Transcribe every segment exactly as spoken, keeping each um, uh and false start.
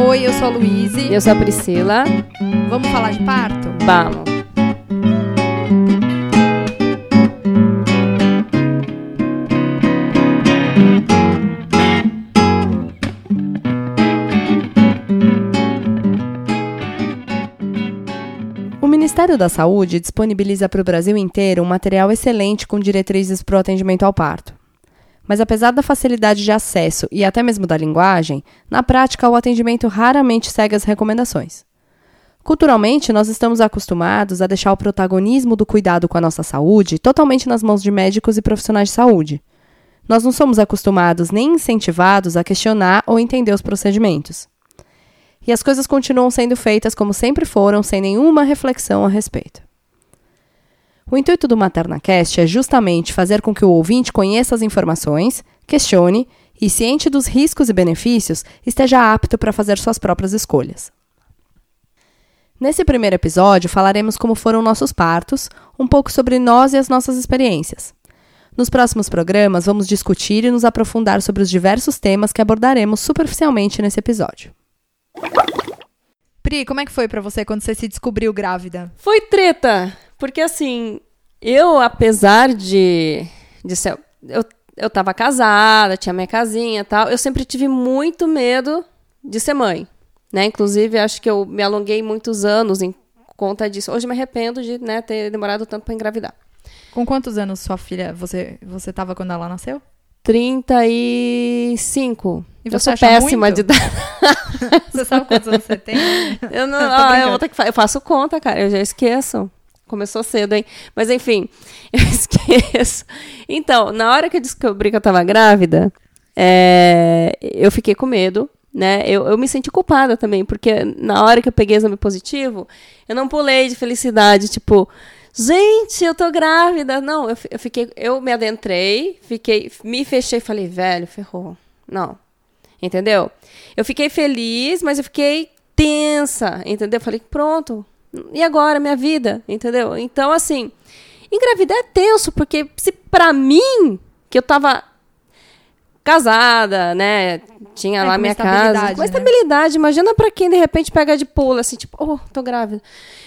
Oi, eu sou a Luíse. Eu sou a Priscila. Vamos falar de parto? Vamos. O Ministério da Saúde disponibiliza para o Brasil inteiro um material excelente com diretrizes para o atendimento ao parto. Mas apesar da facilidade de acesso e até mesmo da linguagem, na prática o atendimento raramente segue as recomendações. Culturalmente, nós estamos acostumados a deixar o protagonismo do cuidado com a nossa saúde totalmente nas mãos de médicos e profissionais de saúde. Nós não somos acostumados nem incentivados a questionar ou entender os procedimentos. E as coisas continuam sendo feitas como sempre foram, sem nenhuma reflexão a respeito. O intuito do MaternaCast é justamente fazer com que o ouvinte conheça as informações, questione e, ciente dos riscos e benefícios, esteja apto para fazer suas próprias escolhas. Nesse primeiro episódio, falaremos como foram nossos partos, um pouco sobre nós e as nossas experiências. Nos próximos programas, vamos discutir e nos aprofundar sobre os diversos temas que abordaremos superficialmente nesse episódio. Pri, como é que foi pra você quando você se descobriu grávida? Foi treta, porque assim, eu, apesar de, de ser... Eu, eu tava casada, tinha minha casinha e tal, eu sempre tive muito medo de ser mãe, né? Inclusive, acho que eu me alonguei muitos anos em conta disso. Hoje me arrependo de, né, ter demorado tanto pra engravidar. Com quantos anos sua filha, você, você tava quando ela nasceu? trinta e cinco. E Eu você sou acha péssima muito? de dar. Você sabe quantos anos você tem? Eu não, ah, eu, vou ter que fa- eu faço conta, cara. Eu já esqueço. Começou cedo, hein? Mas enfim, eu esqueço. Então, na hora que eu descobri que eu tava grávida, é, eu fiquei com medo, né? Eu, eu me senti culpada também, porque na hora que eu peguei exame positivo, eu não pulei de felicidade, tipo, gente, eu tô grávida. Não, eu, eu fiquei, eu me adentrei, fiquei, me fechei e falei, velho, ferrou. Não. Entendeu? Eu fiquei feliz, mas eu fiquei tensa, entendeu? Eu falei, pronto, e agora, minha vida, entendeu? Então, assim, engravidar é tenso, porque se pra mim, que eu tava casada, né, tinha É, lá com minha estabilidade, casa, com né? estabilidade, imagina pra quem de repente pega de pulo, assim, tipo, oh, tô grávida.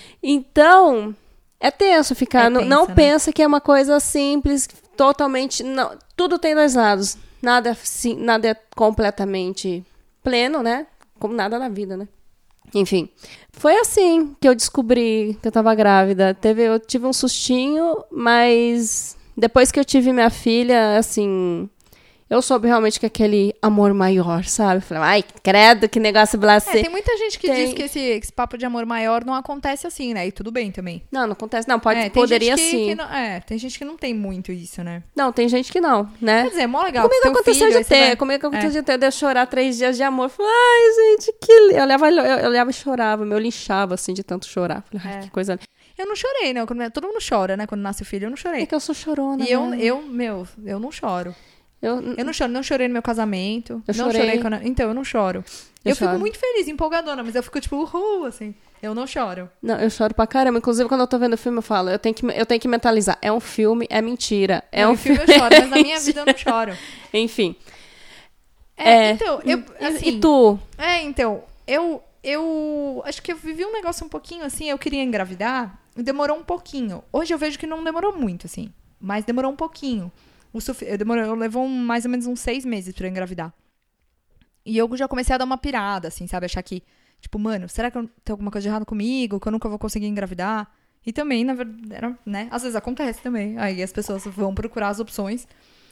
Então, é tenso ficar, É não, tenso, não né? pensa que é uma coisa simples, totalmente, não, tudo tem dois lados. Nada, sim, nada é completamente pleno, né? Como nada na vida, né? Enfim, foi assim que eu descobri que eu tava grávida. Teve, eu tive um sustinho, mas depois que eu tive minha filha, assim, eu soube realmente que aquele amor maior, sabe? Falei, ai, credo, que negócio É, blasé. tem muita gente que Tem- diz que esse, esse papo de amor maior não acontece assim, né? E tudo bem também. Não, não acontece. Não, pode, É, tem poderia gente que, sim. que não, é, tem gente que não tem muito isso, né? Não, tem gente que não, né? Quer dizer, é mó legal. Comigo você tem um aconteceu filho, de aí você ter, vai- comigo aconteceu É. de ter, de eu chorar três dias de amor. Falei, ai, gente, que lindo. Eu olhava, eu, eu olhava e chorava, meu linchava, assim, de tanto chorar. Falei, ai, É. que coisa linda. Eu não chorei, não. Quando- Todo mundo chora, né? Quando nasce o filho, eu não É chorei. que eu sou chorona, E eu, né? eu, meu, eu não choro. Eu, Eu não choro, não chorei no meu casamento. Eu não chorei. chorei quando... Então, eu não choro. Eu, Eu fico choro. muito feliz, empolgadona, mas eu fico tipo, uhul, assim. Eu não choro. não, eu choro pra caramba. Inclusive, quando eu tô vendo o filme, eu falo, eu tenho que, eu tenho que mentalizar. É um filme, é mentira. É Não, um em filme filme. eu choro, mas na minha vida eu não choro. Enfim. É, É. então, eu, E- assim... e tu? É, então, eu, eu acho que eu vivi um negócio um pouquinho assim, eu queria engravidar, e demorou um pouquinho. Hoje eu vejo que não demorou muito, assim, mas demorou um pouquinho. O sufi- eu demorou, eu levou um- mais ou menos uns seis meses pra eu engravidar. E eu já comecei a dar uma pirada, assim, sabe? Achar que, tipo, mano, será que eu- tem alguma coisa de errado comigo? Que eu nunca vou conseguir engravidar? E também, na verdade, era, né? Às vezes acontece também. Aí as pessoas vão procurar as opções.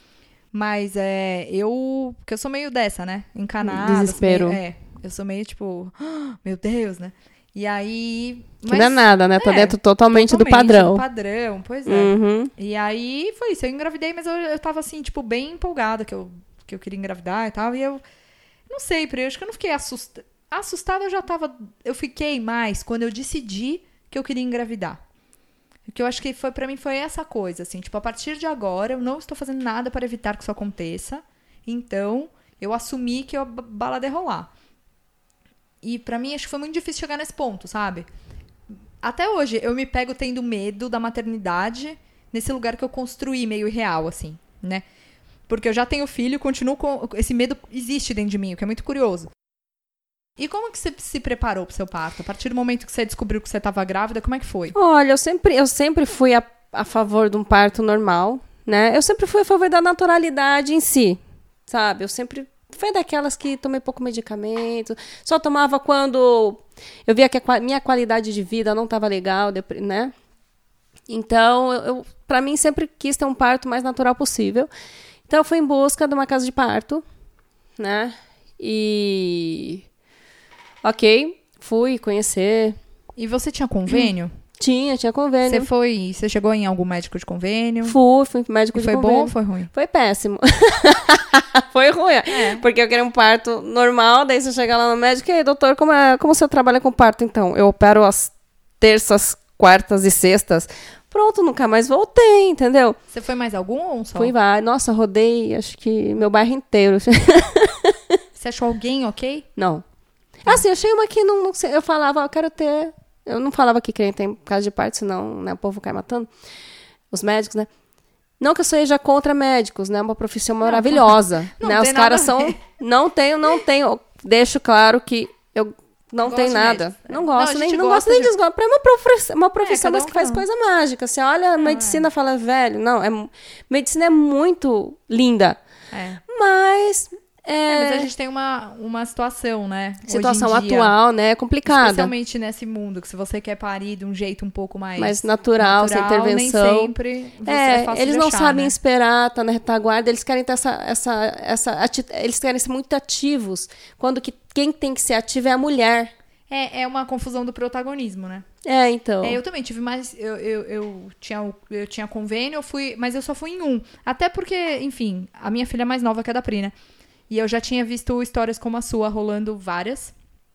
Mas é, eu. Porque eu sou meio dessa, né? Encanada. sou Desespero. meio- é. Eu sou meio tipo, "Ah, meu Deus, né? E aí. Que não é nada, né? Tá é, dentro totalmente, do totalmente padrão. Do padrão, pois é. Uhum. E aí foi isso. Eu engravidei, mas eu, eu tava assim, tipo, bem empolgada que eu, que eu queria engravidar e tal. E eu. Não sei, Pri, eu acho que eu não fiquei assustada. Assustada eu já tava. Eu fiquei mais quando eu decidi que eu queria engravidar. O que eu acho que foi pra mim foi essa coisa, assim, tipo, a partir de agora eu não estou fazendo nada para evitar que isso aconteça. Então, eu assumi que a b- bala ia rolar. E pra mim acho que foi muito difícil chegar nesse ponto, sabe? Até hoje eu me pego tendo medo da maternidade nesse lugar que eu construí meio irreal, assim, né? Porque eu já tenho filho e continuo com... Esse medo existe dentro de mim, o que é muito curioso. E como que você se preparou pro seu parto? A partir do momento que você descobriu que você estava grávida, como é que foi? Olha, eu sempre, eu sempre fui a, a favor de um parto normal, né? Eu sempre fui a favor da naturalidade em si, sabe? Eu sempre fui daquelas que tomei pouco medicamento, só tomava quando eu via que a minha qualidade de vida não estava legal, né? Então, eu, eu para mim, sempre quis ter um parto mais natural possível. Então, eu fui em busca de uma casa de parto, né? E... Ok, fui conhecer. E você tinha convênio? Tinha, tinha convênio. Você foi, você chegou em algum médico de convênio? Fui, fui médico e de foi convênio. Foi bom ou foi ruim? Foi péssimo. Foi ruim, é. Porque eu queria um parto normal, daí você chega lá no médico, e aí, doutor, como, é, como você trabalha com parto, então? Eu opero as terças, quartas e sextas. Pronto, nunca mais voltei, entendeu? Você foi mais algum ou um só? Fui, vai. Nossa, rodei, acho que meu bairro inteiro. Você achou alguém ok? Não. Assim, achei uma que não, não sei, eu falava, eu quero ter... Eu não falava que queria ter casa de parto, senão, né, o povo cai matando. Os médicos, né? Não que eu seja contra médicos, né? Uma profissão maravilhosa. Não, né? não Os caras são... Não tenho, não tenho. Deixo claro que eu não, não tenho nada. Não gosto, não, nem, não gosto nem de desgosto. Pra mim é uma profissão, uma profissão é, mas um que faz coisa mágica. Você olha a medicina e fala, velho, não, é, medicina é muito linda. É. Mas... É... É, mas a gente tem uma, uma situação, né? Situação hoje em dia, atual, né? Complicada. Especialmente nesse mundo, que se você quer parir de um jeito um pouco mais... Mais natural, natural sem intervenção. Nem sempre você é, é fácil eles de não achar, sabem né? esperar, tá na retaguarda, eles querem ter essa... essa, essa ati- eles querem ser muito ativos, quando que quem tem que ser ativo é a mulher. É, é uma confusão do protagonismo, né? É, então. É, eu também tive mais... Eu, eu, eu, tinha, eu tinha convênio, eu fui, mas eu só fui em um. Até porque, enfim, a minha filha mais nova que é da Pri, né? E eu já tinha visto histórias como a sua, rolando várias.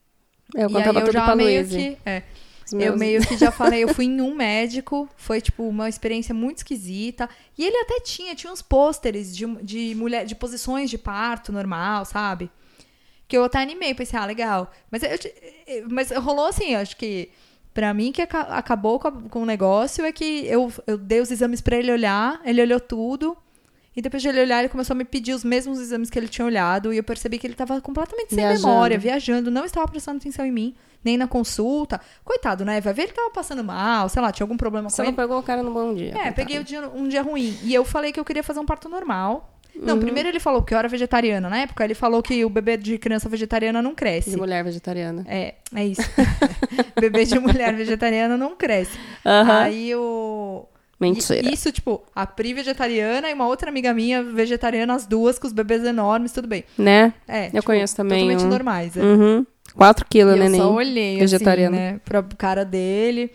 Eu e contava aí eu tudo já pra meio Luísa. que... É, eu meus... meio que já falei, eu fui em um médico, foi, tipo, uma experiência muito esquisita. E ele até tinha, tinha uns pôsteres de, de, mulher, de posições de parto normal, sabe? Que eu até animei, pensei, ah, legal. Mas, eu, mas rolou assim, acho que... Pra mim, que acabou com, a, com o negócio é que eu, eu dei os exames pra ele olhar, ele olhou tudo... E depois de ele olhar, ele começou a me pedir os mesmos exames que ele tinha olhado. E eu percebi que ele estava completamente sem viajando. memória, viajando. Não estava prestando atenção em mim, nem na consulta. Coitado, né? Vai ver, ele estava passando mal, sei lá, tinha algum problema Você com não ele. pegou o cara no bom dia. É, coitado. peguei o dia, um dia ruim. E eu falei que eu queria fazer um parto normal. Não, Uhum. primeiro ele falou que eu era vegetariana. Na época, ele falou que o bebê de criança vegetariana não cresce. De mulher vegetariana. É, é isso. Bebê de mulher vegetariana não cresce. Uhum. Aí o... Mentira. E isso, tipo, a Pri vegetariana e uma outra amiga minha vegetariana, as duas, com os bebês enormes, tudo bem. Né? É, eu tipo, conheço também. Totalmente um... normais. É. Uhum. Quatro quilos, e neném. eu só olhei, vegetariano. assim, né, pra cara dele.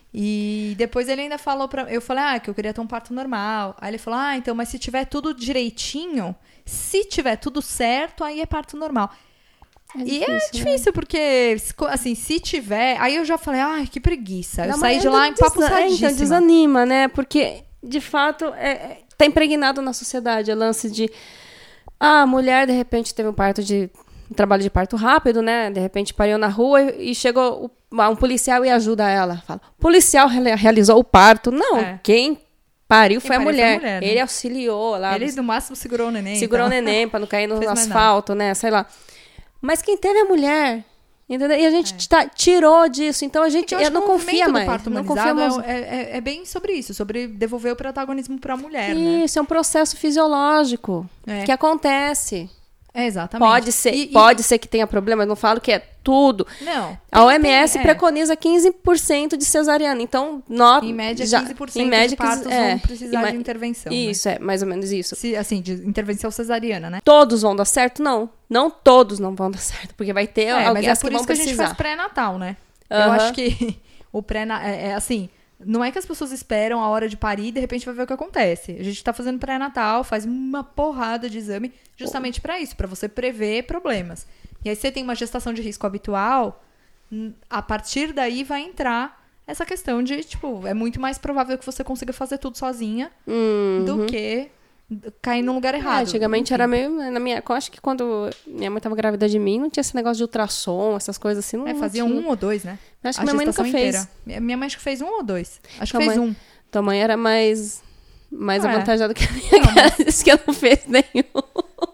E depois ele ainda falou pra... Eu falei, ah, que eu queria ter um parto normal. Aí ele falou, ah, então, mas se tiver tudo direitinho, se tiver tudo certo, aí é parto normal. É e difícil, é difícil, né? Porque, assim, se tiver... Aí eu já falei, ai, que preguiça. Eu Não, saí mas de lá desa- empapuçadíssima. É, então, desanima, né? Porque, de fato, é, é, tá impregnado na sociedade o lance de... Ah, a mulher, de repente, teve um parto de... Um trabalho de parto rápido, né? De repente, pariu na rua e, e chegou o, um policial e ajuda ela. Fala, o policial re- realizou o parto. Não, É. quem pariu Quem foi a pariu mulher. foi a mulher, né? Ele auxiliou lá. Ele, no máximo, segurou o neném. Segurou então. o neném pra não cair no Fez mais asfalto, né? Sei lá. Mas quem teve é a mulher. Entendeu? E a gente é. tá, tirou disso. Então a gente eu acho não que o confia movimento do mais. parto Não humanizado confia mais. é, é, é bem sobre isso, sobre devolver o protagonismo pra mulher, né? Isso, é um processo fisiológico É. que acontece. É, exatamente. Pode ser, E- e- pode ser que tenha problema, eu não falo que é tudo. Não. A O M S tem- é. preconiza quinze por cento de cesariana. Então, nós, Em média, já, quinze por cento em média, de partos é, vão precisar ima- de intervenção. Isso, é mais ou menos isso. Né? Se, assim, de intervenção cesariana, né? Todos vão dar certo? Não. Não todos não vão dar certo, porque vai ter É, alguém mas é as por que isso vão que a gente precisar. faz pré-natal, né? Eu Aham. acho que o pré é, é assim, não é que as pessoas esperam a hora de parir e de repente vai ver o que acontece. A gente tá fazendo pré-natal, faz uma porrada de exame justamente pra isso, pra você prever problemas. E aí você tem uma gestação de risco habitual, n- a partir daí vai entrar essa questão de, tipo, é muito mais provável que você consiga fazer tudo sozinha Uhum. do que cair no lugar É, errado. antigamente Enfim. era meio. Na minha, eu acho que quando minha mãe tava grávida de mim, não tinha esse negócio de ultrassom, essas coisas assim. Não, É, não fazia tinha. um ou dois, né? Eu acho A que minha mãe nunca gestação fez. inteira. Minha- Minha mãe acho que fez um ou dois. Acho Tua que fez mãe- um. Tua mãe era mais, mais Ah, é. avantajada que a minha, disse que ela não fez nenhum. Não,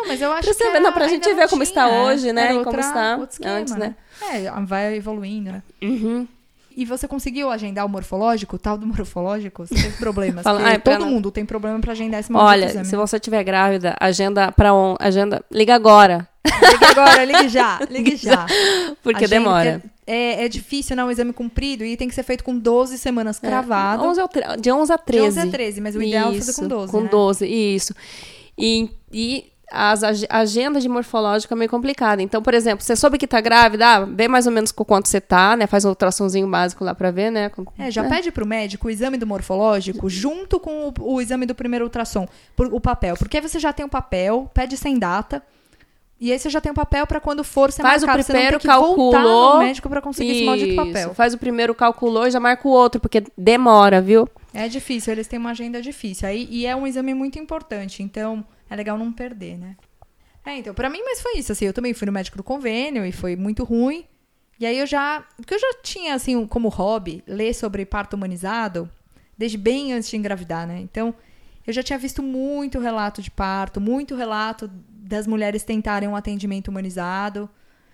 Não, mas eu acho pra que ver, não, pra ainda gente não ver como tinha, está hoje, né? Era E outra, como está outro esquema, antes, né? É, vai evoluindo, né? Uhum. E você conseguiu agendar o morfológico, o tal do morfológico? Você teve problemas? Fala, Porque ai, pra todo não- mundo tem problema pra agendar esse maldito Olha, exame. se você estiver grávida, agenda pra on, agenda, liga agora, Ligue agora, ligue já, ligue já. porque Agenda, demora. porque É, é difícil, não, um exame comprido e tem que ser feito com doze semanas cravado. É, onze ao tre- de onze a De treze. onze a treze, mas o ideal é fazer Isso, com doze, Com né? doze, isso. E, e as ag- agendas de morfológico é meio complicada. Então, por exemplo, você soube que tá grávida, ah, vê mais ou menos com quanto você tá, né? Faz um ultrassomzinho básico lá pra ver, né? Com- É, já né? pede pro médico o exame do morfológico junto com o, o exame do primeiro ultrassom, por- o papel. Porque aí você já tem o papel, pede sem data. E aí você já tem o papel pra quando for ser Faz o marcado, você não primeiro, tem que voltar calculou. no médico pra conseguir esse maldito Isso, papel. faz o primeiro, calculou e já marca o outro, porque demora, viu? É difícil, eles têm uma agenda difícil. Aí, e é um exame muito importante, então é legal não perder, né? É, então, pra mim, mas foi isso, assim, eu também fui no médico do convênio e foi muito ruim. E aí eu já, porque eu já tinha, assim, como hobby, ler sobre parto humanizado, desde bem antes de engravidar, né? Então, eu já tinha visto muito relato de parto, muito relato das mulheres tentarem um atendimento humanizado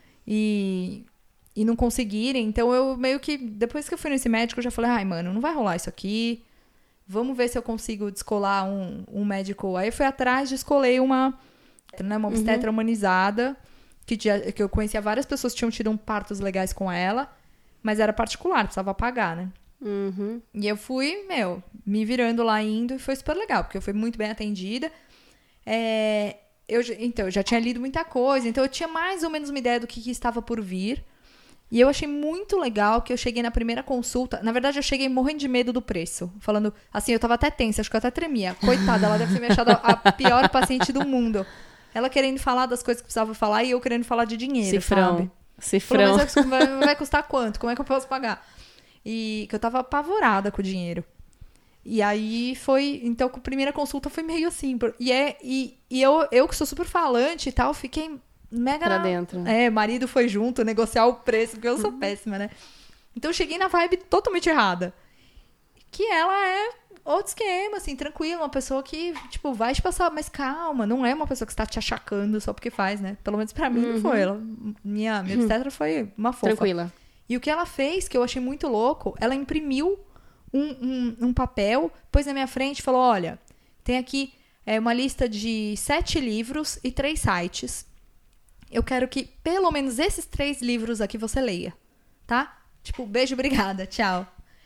e, e não conseguirem. Então, eu meio que, depois que eu fui nesse médico, eu já falei, ai, mano, não vai rolar isso aqui. Vamos ver se eu consigo descolar um, um médico. Aí eu fui atrás, descolei uma, né, uma obstetra humanizada, que, tinha, que eu conhecia várias pessoas que tinham tido um partos legais com ela, mas era particular, precisava pagar, né? Uhum. E eu fui, meu, me virando lá, indo, e foi super legal, porque eu fui muito bem atendida. É, eu, já- então, eu já tinha lido muita coisa, então eu tinha mais ou menos uma ideia do que, que estava por vir. E eu achei muito legal que eu cheguei na primeira consulta. Na verdade, eu cheguei morrendo de medo do preço. Falando, assim, eu tava até tensa, acho que eu até tremia. Coitada, ela deve ter me achado a a pior paciente do mundo. Ela querendo falar das coisas que precisava falar e eu querendo falar de dinheiro, Cifrão. sabe? Cifrão. Falou, mas vai, vai custar quanto? Como é que eu posso pagar? E que eu tava apavorada com o dinheiro. E aí foi... Então, a primeira consulta foi meio assim. por- E, é, e, e eu, eu que sou super falante e tal, fiquei mega... Pra na- dentro. É, marido foi junto negociar o preço, porque eu sou péssima, né? Então, eu cheguei na vibe totalmente errada. Que ela é outro esquema, assim, tranquila. Uma pessoa que, tipo, vai te passar, mas calma. Não é uma pessoa que está te achacando só porque faz, né? Pelo menos pra mim não foi. Ela, minha minha obstetra foi uma fofa. Tranquila. E o que ela fez, que eu achei muito louco, ela imprimiu um, um, um papel, pôs na minha frente e falou, olha, tem aqui é, uma lista de sete livros e três sites. Eu quero que pelo menos esses três livros aqui você leia, tá? Tipo, beijo, obrigada, tchau.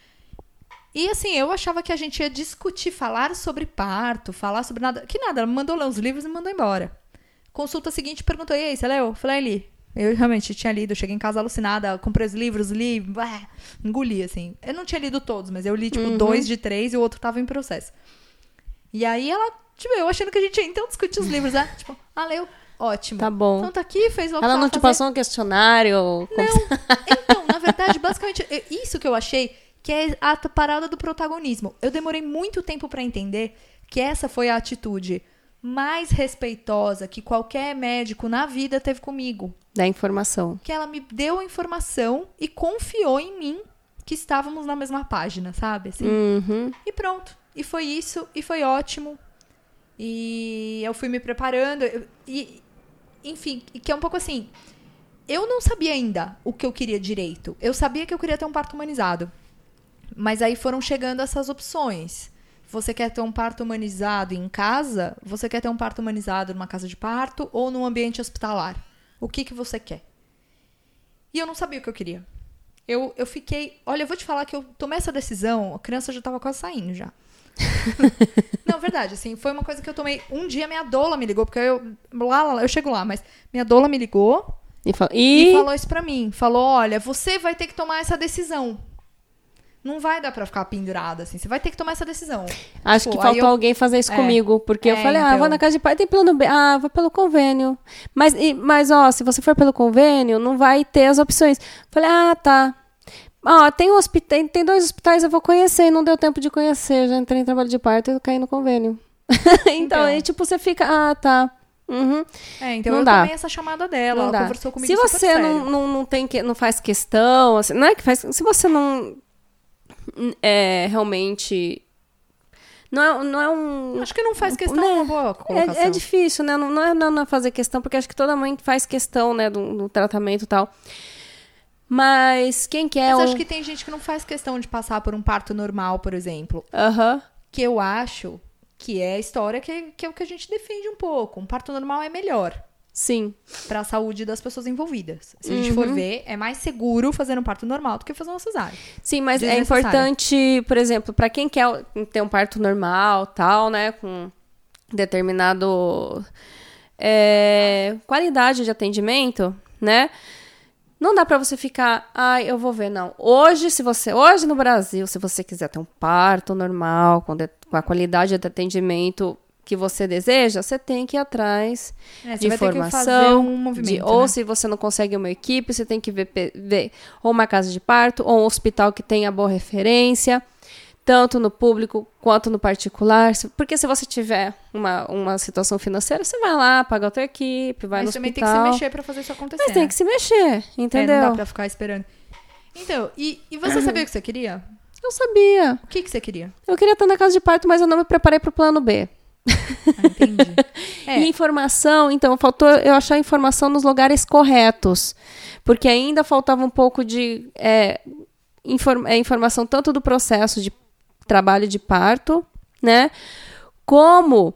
E assim, eu achava que a gente ia discutir, falar sobre parto, falar sobre nada. Que nada, ela me mandou ler os livros e me mandou embora. Consulta seguinte, perguntou, e aí, você leu? Eu falei, li. Eu realmente tinha lido, eu cheguei em casa alucinada, comprei os livros, li, bah, engoli, assim. Eu não tinha lido todos, mas eu li, tipo, Uhum. dois de três e o outro tava em processo. E aí ela, tipo, eu achando que a gente ia então discutir os livros, né? Tipo, ah, leu? Ótimo. Tá bom. Então tá aqui, fez o que Ela não precisava te fazer. passou um questionário? Como- Então, na verdade, basicamente, é isso que eu achei que é a parada do protagonismo. Eu demorei muito tempo pra entender que essa foi a atitude mais respeitosa que qualquer médico na vida teve comigo. Da informação. Que ela me deu a informação e confiou em mim que estávamos na mesma página, sabe? Assim, Uhum. e pronto. E foi isso, e foi ótimo. E eu fui me preparando. eu- E, enfim, e que é um pouco assim. Eu não sabia ainda o que eu queria direito. Eu sabia que eu queria ter um parto humanizado. Mas aí foram chegando essas opções. Você quer ter um parto humanizado em casa? Você quer ter um parto humanizado numa casa de parto ou num ambiente hospitalar? O que, que você quer? E eu não sabia o que eu queria. Eu, eu fiquei... Olha, eu vou te falar que eu tomei essa decisão, a criança já estava quase saindo já. Não, verdade, assim, foi uma coisa que eu tomei... Um dia minha doula me ligou, porque eu... Lá, lá, lá, eu chego lá, mas minha doula me ligou E, fala- e, e... falou isso pra mim. Falou, olha, você vai ter que tomar essa decisão. Não vai dar pra ficar pendurada, assim. Você vai ter que tomar essa decisão. Acho Tipo, que aí faltou eu- alguém fazer isso É. comigo, porque eu É, falei, ah, então. vou na casa de pai, tem plano B, ah, vou pelo convênio. Mas, e- mas, ó, se você for pelo convênio, não vai ter as opções. Falei, ah, tá. Ó, tem, um hospita- tem, tem dois hospitais, eu vou conhecer, e não deu tempo de conhecer, já entrei em trabalho de parto e caí no convênio. então, Então. aí, tipo, você fica, ah, tá. Uhum. É, então Não eu dá. tomei essa chamada dela. Não ela dá. conversou comigo Se super você sério. não, não, não, tem que, não faz questão, assim, não é que faz. Se você não é, realmente Não é, não é um... Acho que não faz questão, né? uma boa colocação. É, é difícil, né? Não, não, é, não é fazer questão, porque acho que toda mãe faz questão, né, do, do tratamento e tal. Mas quem quer... Mas um... acho que tem gente que não faz questão de passar por um parto normal, por exemplo. Aham. Uhum. Que eu acho que é a história que, que é o que a gente defende um pouco. Um parto normal é melhor. Sim. Para a saúde das pessoas envolvidas. Se a gente Uhum. for ver, é mais seguro fazer um parto normal do que fazer uma cesárea. Sim, mas é importante, por exemplo, para quem quer ter um parto normal, tal, né, com determinado é, qualidade de atendimento, né? Não dá para você ficar, ai, ah, eu vou ver, não. Hoje, se você, hoje no Brasil, se você quiser ter um parto normal, com, de, com a qualidade de atendimento que você deseja, você tem que ir atrás é, de vai informação. ter que fazer um movimento, de, ou né? se você não consegue uma equipe, você tem que ver, ver ou uma casa de parto, ou um hospital que tenha boa referência, tanto no público quanto no particular. Porque se você tiver uma, uma situação financeira, você vai lá, paga a tua equipe, vai Mas no também hospital. tem que se mexer pra fazer isso acontecer. Mas tem né? que se mexer, entendeu? É, não dá pra ficar esperando. Então, e, e você sabia o que você queria? Eu sabia. O que, que você queria? Eu queria estar na casa de parto, mas eu não me preparei pro plano B. Ah, entendi. É. E informação, então, faltou eu achar informação nos lugares corretos. Porque ainda faltava um pouco de é, inform, é, informação tanto do processo de trabalho de parto, né? Como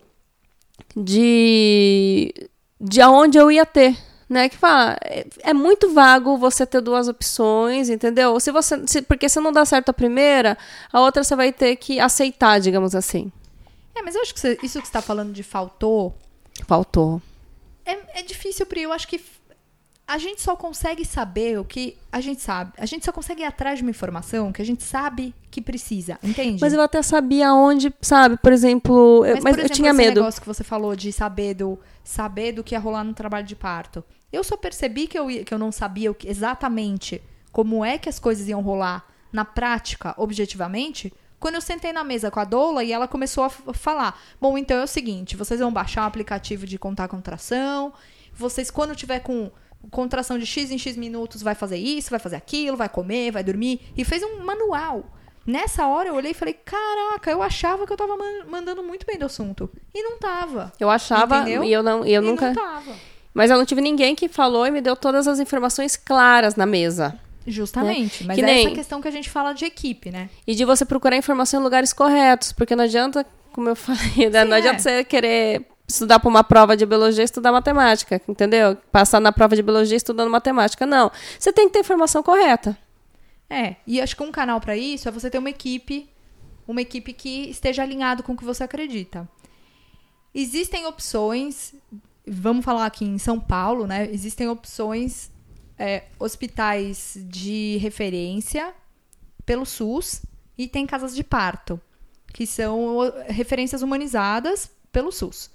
de, de aonde eu ia ter. Né, que fala, é, é muito vago você ter duas opções, entendeu? Se você, se, porque se não dá certo a primeira, a outra você vai ter que aceitar, digamos assim. É, mas eu acho que você, isso que você tá falando de faltou... Faltou. É, é difícil, Pri. Eu acho que a gente só consegue saber o que a gente sabe. A gente só consegue ir atrás de uma informação que a gente sabe que precisa, entende? Mas eu até sabia onde, sabe? Por exemplo, Mas, eu, mas por exemplo, eu tinha esse medo. negócio que você falou de saber do, saber do que ia rolar no trabalho de parto. Eu só percebi que eu, ia, que eu não sabia o que, exatamente como é que as coisas iam rolar na prática, objetivamente, quando eu sentei na mesa com a doula e ela começou a f- falar, bom, então é o seguinte, vocês vão baixar um aplicativo de contar contração, vocês, quando tiver com contração de X em X minutos, vai fazer isso, vai fazer aquilo, vai comer, vai dormir, e fez um manual. Nessa hora eu olhei e falei, caraca, eu achava que eu tava man- mandando muito bem do assunto. E não tava. Eu achava, Entendeu? e eu não, e eu e nunca. não tava. Mas eu não tive ninguém que falou e me deu todas as informações claras na mesa. Justamente. Né? Mas Que é nem- essa questão que a gente fala de equipe, né? E de você procurar informação em lugares corretos, porque não adianta, como eu falei, né? Sim, não é. adianta você querer estudar para uma prova de biologia e estudar matemática, entendeu? Passar na prova de biologia estudando matemática. Não. Você tem que ter a informação correta. É. E acho que um canal pra isso é você ter uma equipe, uma equipe que esteja alinhado com o que você acredita. Existem opções, vamos falar aqui em São Paulo, né? Existem opções, é, hospitais de referência pelo SUS e tem casas de parto, que são o- referências humanizadas pelo SUS.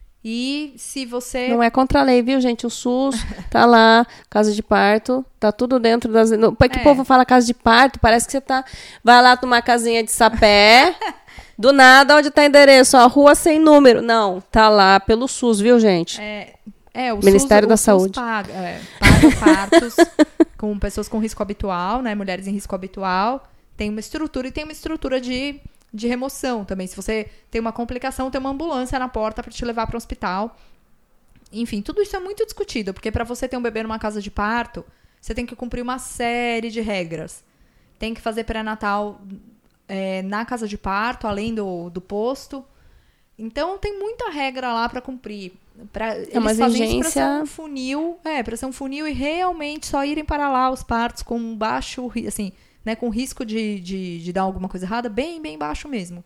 E se você... Não é contra a lei, viu, gente? O SUS tá lá, casa de parto, tá tudo dentro das... No, porque É. o povo fala casa de parto, parece que você tá... Vai lá numa casinha de sapé, do nada, onde tá endereço? A rua sem número. Não, tá lá pelo SUS, viu, gente? É, é, o Ministério SUS, da o SUS Saúde. paga, é, paga partos com pessoas com risco habitual, né? Mulheres em risco habitual. Tem uma estrutura e tem uma estrutura de, de remoção também. Se você tem uma complicação, tem uma ambulância na porta para te levar para o hospital. Enfim, tudo isso é muito discutido, porque para você ter um bebê numa casa de parto, você tem que cumprir uma série de regras. Tem que fazer pré-natal é, na casa de parto, além do, do posto. Então, tem muita regra lá para cumprir. Pra, É uma eles fazem isso exigência- pra ser um funil, é, para ser um funil e realmente só irem para lá os partos com baixo, ri- assim, né, com risco de, de, de dar alguma coisa errada, bem, bem baixo mesmo.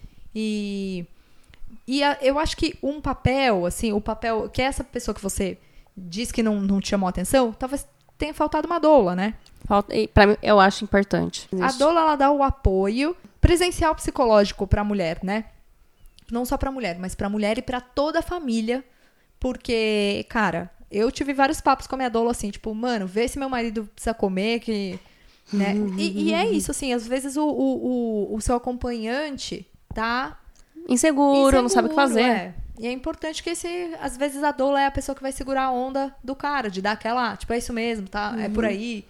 E, e a- eu acho que um papel, assim, o papel que essa pessoa que você diz que não, não te chamou a atenção, talvez tenha faltado uma doula, né? Falta, e pra mim, eu acho importante. A isso. doula, ela dá o apoio presencial psicológico para a mulher, né? Não só para a mulher, mas para a mulher e para toda a família. Porque, cara, eu tive vários papos com a minha doula, assim, tipo, mano, vê se meu marido precisa comer, que... Né? E, e é isso, assim, às vezes o, o, o, o seu acompanhante tá... Inseguro, não sabe o que fazer. É. E é importante que esse, às vezes a doula é a pessoa que vai segurar a onda do cara, de dar aquela, tipo, é isso mesmo, tá? É por aí.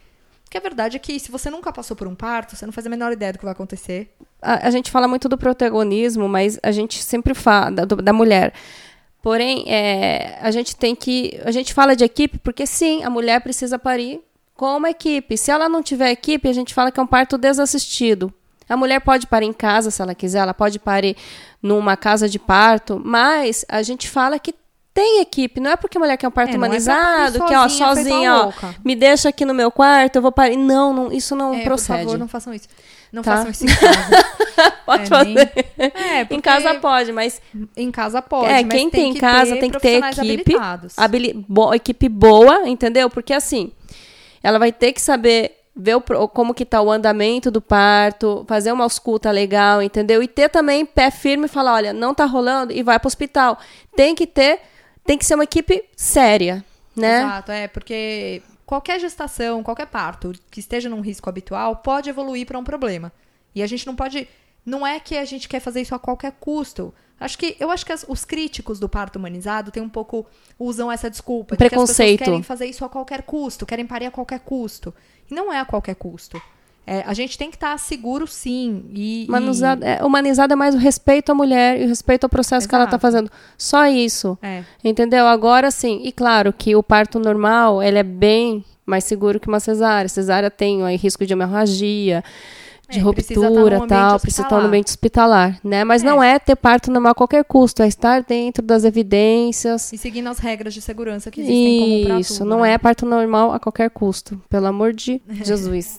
Porque a verdade é que se você nunca passou por um parto, você não faz a menor ideia do que vai acontecer. A, a gente fala muito do protagonismo, mas a gente sempre fala da, do, da mulher. Porém, é, a gente tem que... A gente fala de equipe porque, sim, a mulher precisa parir com uma equipe. Se ela não tiver equipe, a gente fala que é um parto desassistido. A mulher pode parir em casa, se ela quiser. Ela pode parir numa casa de parto. Mas a gente fala que tem equipe. Não é porque a mulher quer um parto É, não humanizado, é pra que, parir ó, sozinha, feito sozinha, uma ó, louca. me deixa aqui no meu quarto, eu vou parir. Não, não isso não É, procede. por favor, não façam isso. Não Tá. façam isso em casa. Pode É, fazer. nem- É, Em porque casa pode, mas em casa pode, é, mas quem tem, que casa ter tem que ter profissionais equipe, habilitados. habili- bo- equipe boa, entendeu? Porque assim, ela vai ter que saber ver o, pro- como que tá o andamento do parto, fazer uma ausculta legal, entendeu? E ter também pé firme e falar, olha, não tá rolando e vai pro hospital. Tem que ter, tem que ser uma equipe séria, né? Exato, é, porque qualquer gestação, qualquer parto que esteja num risco habitual pode evoluir para um problema. E a gente não pode... Não é que a gente quer fazer isso a qualquer custo. Acho que, eu acho que as- os críticos do parto humanizado tem um pouco... Usam essa desculpa. De que as Preconceito. pessoas querem fazer isso a qualquer custo. Querem parir a qualquer custo. E não é a qualquer custo. É, a gente tem que estar seguro, sim. E, Humanizado, é, humanizado é mais o respeito à mulher e o respeito ao processo que ela tá Exato. fazendo. Só isso. e- é. Entendeu? Agora sim, e claro que o parto normal, ele é bem mais seguro que uma cesárea. Cesárea tem aí risco de hemorragia, de É, precisa estar ruptura, num ambiente tal, precisa estar no hospitalar. ambiente hospitalar, né? Mas É. não é ter parto normal a qualquer custo, é estar dentro das evidências. E seguindo as regras de segurança que existem como pra Isso, tudo, não né? é parto normal a qualquer custo, pelo amor de Jesus.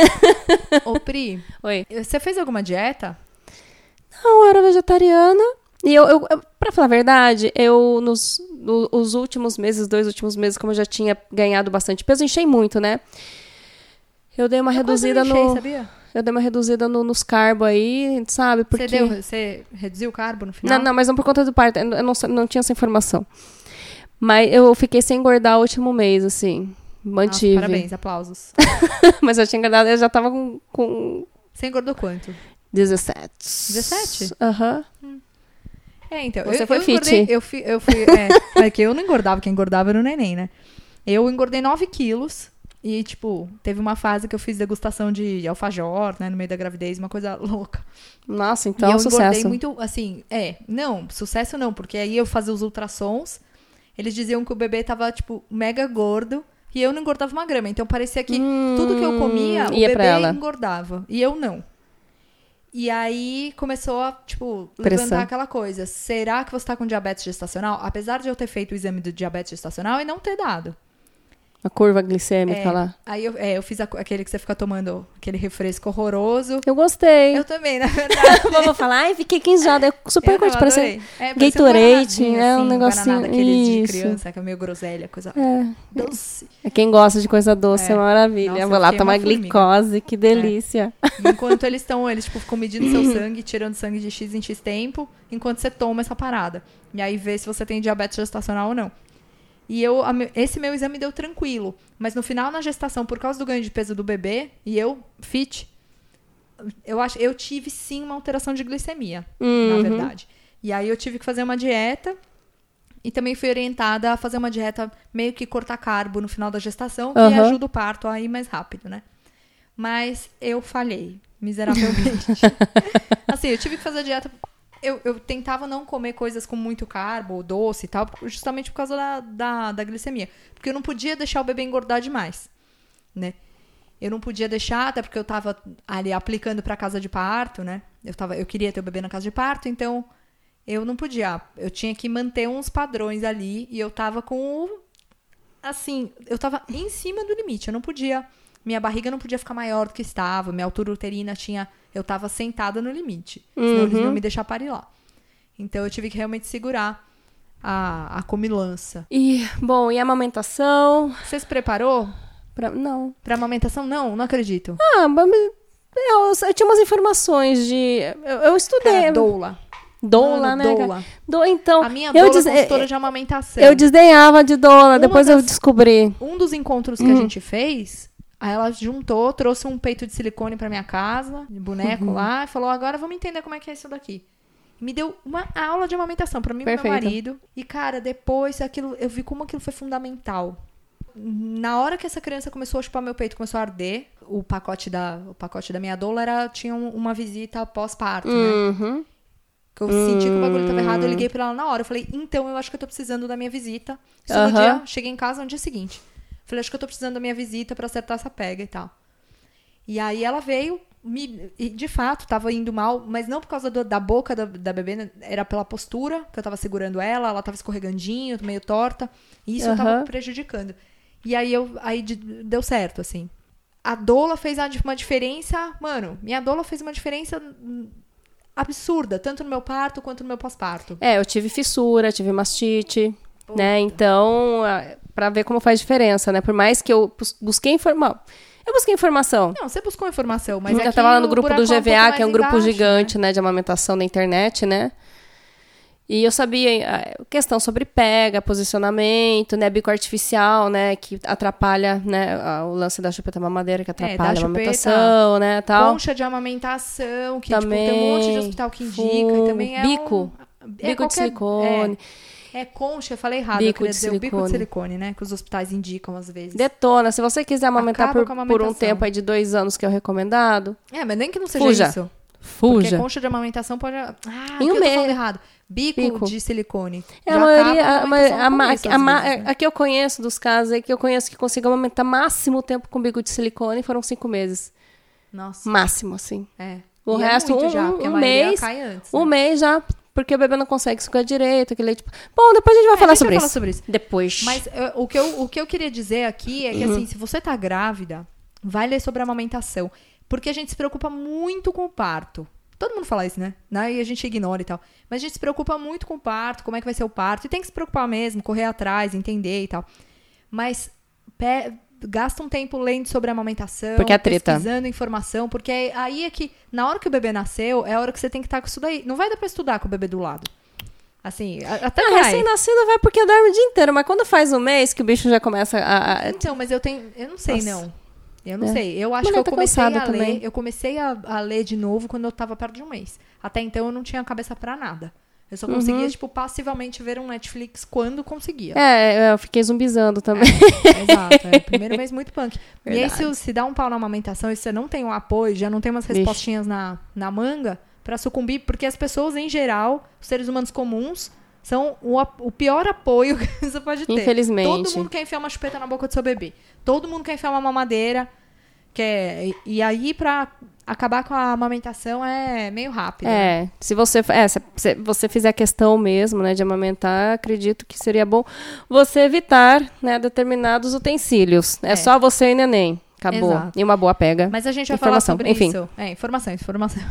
Ô, Pri, Oi. você fez alguma dieta? Não, eu era vegetariana. E eu, eu, eu pra falar a verdade, eu nos no- os últimos meses, dois últimos meses, como eu já tinha ganhado bastante peso, enchei muito, né? Eu dei uma Eu quase reduzida não enchei, no. sabia? Eu dei uma reduzida no- nos carbos aí, sabe? Porque. Você, deu, você reduziu o carbo no final? Não, não, mas não por conta do parto. Eu não, sa- não tinha essa informação. Mas eu fiquei sem engordar o último mês, assim. Nossa, Mantive. parabéns, aplausos. Mas eu tinha engordado, eu já tava com, com Você engordou quanto? dezessete. dezessete? Aham. É, então. Você eu, foi eu fit. engordei, eu fui, eu fui é, é que eu não engordava, quem engordava era o neném, né? Eu engordei nove quilos e, tipo, teve uma fase que eu fiz degustação de alfajor, né, no meio da gravidez, uma coisa louca. Nossa, e então eu engordei sucesso. muito, assim, é, não, sucesso não, porque aí eu fazia os ultrassons, eles diziam que o bebê tava, tipo, mega gordo e eu não engordava uma grama, então parecia que Hum, tudo que eu comia, o ia pra bebê ela. engordava e eu não. E aí começou a, tipo, Pressão. levantar aquela coisa. Será que você tá com diabetes gestacional? Apesar de eu ter feito o exame do diabetes gestacional e não ter dado. A curva glicêmica É, lá. Aí eu, é, eu fiz a- aquele que você fica tomando, aquele refresco horroroso. Eu gostei. Eu também, na verdade. Vou falar, ai, fiquei quinze dias, é super Eu curto, não, parece adorei. É, parecia um Gatorade, guaranadinho, é um assim, negocinho- guaraná daqueles de isso. criança, que é meio groselha, coisa É. doce. É quem gosta de coisa doce, é, É. maravilha. Nossa, eu vou eu lá fiquei tomar uma formiga. glicose, que delícia. Enquanto eles estão, eles tipo, ficam medindo seu sangue, tirando sangue de X em X tempo, enquanto você toma essa parada. E aí vê se você tem diabetes gestacional ou não. E eu, a me- esse meu exame deu tranquilo. Mas no final, na gestação, por causa do ganho de peso do bebê, e eu, fit, eu acho, eu tive sim uma alteração de glicemia, Uhum. na verdade. E aí eu tive que fazer uma dieta. E também fui orientada a fazer uma dieta meio que cortar carbo no final da gestação, que Aham. ajuda o parto a ir mais rápido, né? Mas eu falhei, miseravelmente. Assim, eu tive que fazer a dieta. Eu, eu tentava não comer coisas com muito carbo, ou doce e tal, justamente por causa da, da, da glicemia. Porque eu não podia deixar o bebê engordar demais, né? Eu não podia deixar, até porque eu tava ali aplicando pra casa de parto, né? Eu, tava, eu queria ter o bebê na casa de parto, então eu não podia. Eu tinha que manter uns padrões ali e eu tava com o... Assim, eu tava em cima do limite. Eu não podia... Minha barriga não podia ficar maior do que estava. Minha altura uterina tinha... Eu tava sentada no limite. Senão eles não iam me deixar parir lá. Então eu tive que realmente segurar a, a comilança. E, bom, e a amamentação? Você se preparou Pra- não. pra amamentação? Não, não acredito. Ah, mas eu, eu tinha umas informações de... Eu, eu estudei. Cara, doula. Doula, Mano, né? doula. cara? Do, então, A minha eu, doula des- é consultora de amamentação. eu desdenhava de doula, Uma depois eu das- descobri. Um dos encontros que Hum. a gente fez, aí ela juntou, trouxe um peito de silicone pra minha casa, de boneco Uhum. lá, e falou, agora vamos entender como é que é isso daqui. Me deu uma aula de amamentação pra mim e pro meu Perfeito. marido. E, cara, depois aquilo, eu vi como aquilo foi fundamental. na hora que essa criança começou a chupar meu peito, começou a arder, o pacote da, o pacote da minha doula era, tinha um, uma visita pós-parto, né? Uhum. Que eu senti que o bagulho tava errado, eu liguei pra ela na hora. Eu falei, então, eu acho que eu tô precisando da minha visita. Isso no Aham. dia, cheguei em casa no dia seguinte. Falei, acho que eu tô precisando da minha visita pra acertar essa pega e tal. E aí ela veio, me, e de fato, tava indo mal, mas não por causa do- da boca da, da bebê, né? Era pela postura, que eu tava segurando ela, ela tava escorregandinho, meio torta. E isso eu tava Aham. prejudicando. E aí, eu, aí de- deu certo, assim. A doula fez a- uma diferença, mano, minha doula fez uma diferença hum, absurda, tanto no meu parto quanto no meu pós-parto. É, eu tive fissura, tive mastite, né? Então, ah, pra ver como faz diferença, né? Por mais que eu bus- busquei informação. Eu busquei informação. Não, você buscou informação, mas eu aqui tava lá no o grupo do buraco é um G V A, pouco que é um mais grupo embaixo, gigante, né? né, de amamentação da internet, né? E eu sabia a questão sobre pega, posicionamento, né, bico artificial, né, que atrapalha, né, a- o lance da chupeta mamadeira, que atrapalha a chupeta, amamentação, né, tal. Concha de amamentação, que Também, tipo, tem um monte de hospital que indica. fu- E também é bico, um, é bico de qualquer- silicone. É, é concha, eu falei errado. Bico eu queria de dizer o bico de silicone. silicone, né? Que os hospitais indicam às vezes. Detona. Se você quiser amamentar Acaba por, com a por um amamentação. tempo aí de dois anos, que é o recomendado, É, mas nem que não seja Fuja. isso. Porque fuja. concha de amamentação pode... Ah, Em aqui um eu tô mês. falando errado. Bico, Bico. de silicone. É, Já a maioria, acaba a, a ma- amamentação a, no ma- começo, a, às ma- vezes, né? a que eu conheço dos casos aí, que eu conheço que consigo amamentar máximo tempo com bico de silicone, foram cinco meses. Nossa, Máximo, assim. é. O E é resto, muito um, já, um- porque a um maioria mês, cai antes, um né? mês já, porque o bebê não consegue sugar direito, aquele leite... Bom, depois a gente vai É, falar a gente sobre vai isso. falar sobre isso. Depois. Mas eu- o, que eu, o que eu queria dizer aqui é que, Uhum. assim, se você tá grávida, vai ler sobre a amamentação. Porque a gente se preocupa muito com o parto. Todo mundo fala isso, né? né? E a gente ignora e tal. Mas a gente se preocupa muito com o parto, como é que vai ser o parto. E tem que se preocupar mesmo, correr atrás, entender e tal. Mas pe- gasta um tempo lendo sobre a amamentação, Porque é treta. pesquisando informação. Porque aí é que, na hora que o bebê nasceu, é a hora que você tem que estar com isso daí. Não vai dar pra estudar com o bebê do lado. Assim, a- até Ah, vai. recém-nascido vai porque dorme o dia inteiro, mas quando faz um mês que o bicho já começa a... a- Então, mas eu tenho. Eu não sei, Nossa. não. Eu não É. sei. Eu acho Mulher que eu tá comecei cansada a também. ler. Eu comecei a, a ler de novo quando eu tava perto de um mês. Até então eu não tinha cabeça pra nada. Eu só conseguia, Uhum. tipo, passivamente ver um Netflix quando conseguia. É, eu fiquei zumbizando também. Exato. É. Primeiro mês muito punk. E aí, Verdade. se, se dá um pau na amamentação e você não tem um apoio, já não tem umas Vixe. respostinhas na, na manga pra sucumbir, porque as pessoas, em geral, os seres humanos comuns, são o, ap- o pior apoio que você pode ter. Infelizmente. Todo mundo quer enfiar uma chupeta na boca do seu bebê. Todo mundo quer enfiar uma mamadeira. Quer... E, e aí, pra acabar com a amamentação, é meio rápido. né? É, se você, é, se se você fizer questão mesmo, né, de amamentar, acredito que seria bom você evitar, né, determinados utensílios. É, É. só você e neném. Acabou. Exato. E uma boa pega. Mas a gente vai Informação, falar sobre enfim. isso. É, informação, informação.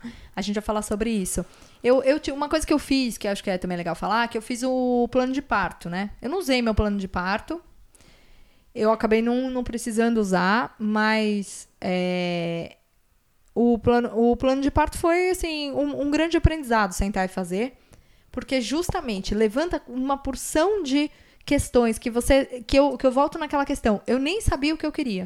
A gente vai falar sobre isso. Eu, eu, ti- uma coisa que eu fiz, que eu acho que é também legal falar, que eu fiz o plano de parto, né? Eu não usei meu plano de parto. Eu acabei não, não precisando usar, mas é, o, plano, o plano de parto foi, assim, um, um grande aprendizado sentar e fazer. Porque justamente levanta uma porção de questões que você... Que eu, que eu volto naquela questão. Eu nem sabia o que eu queria.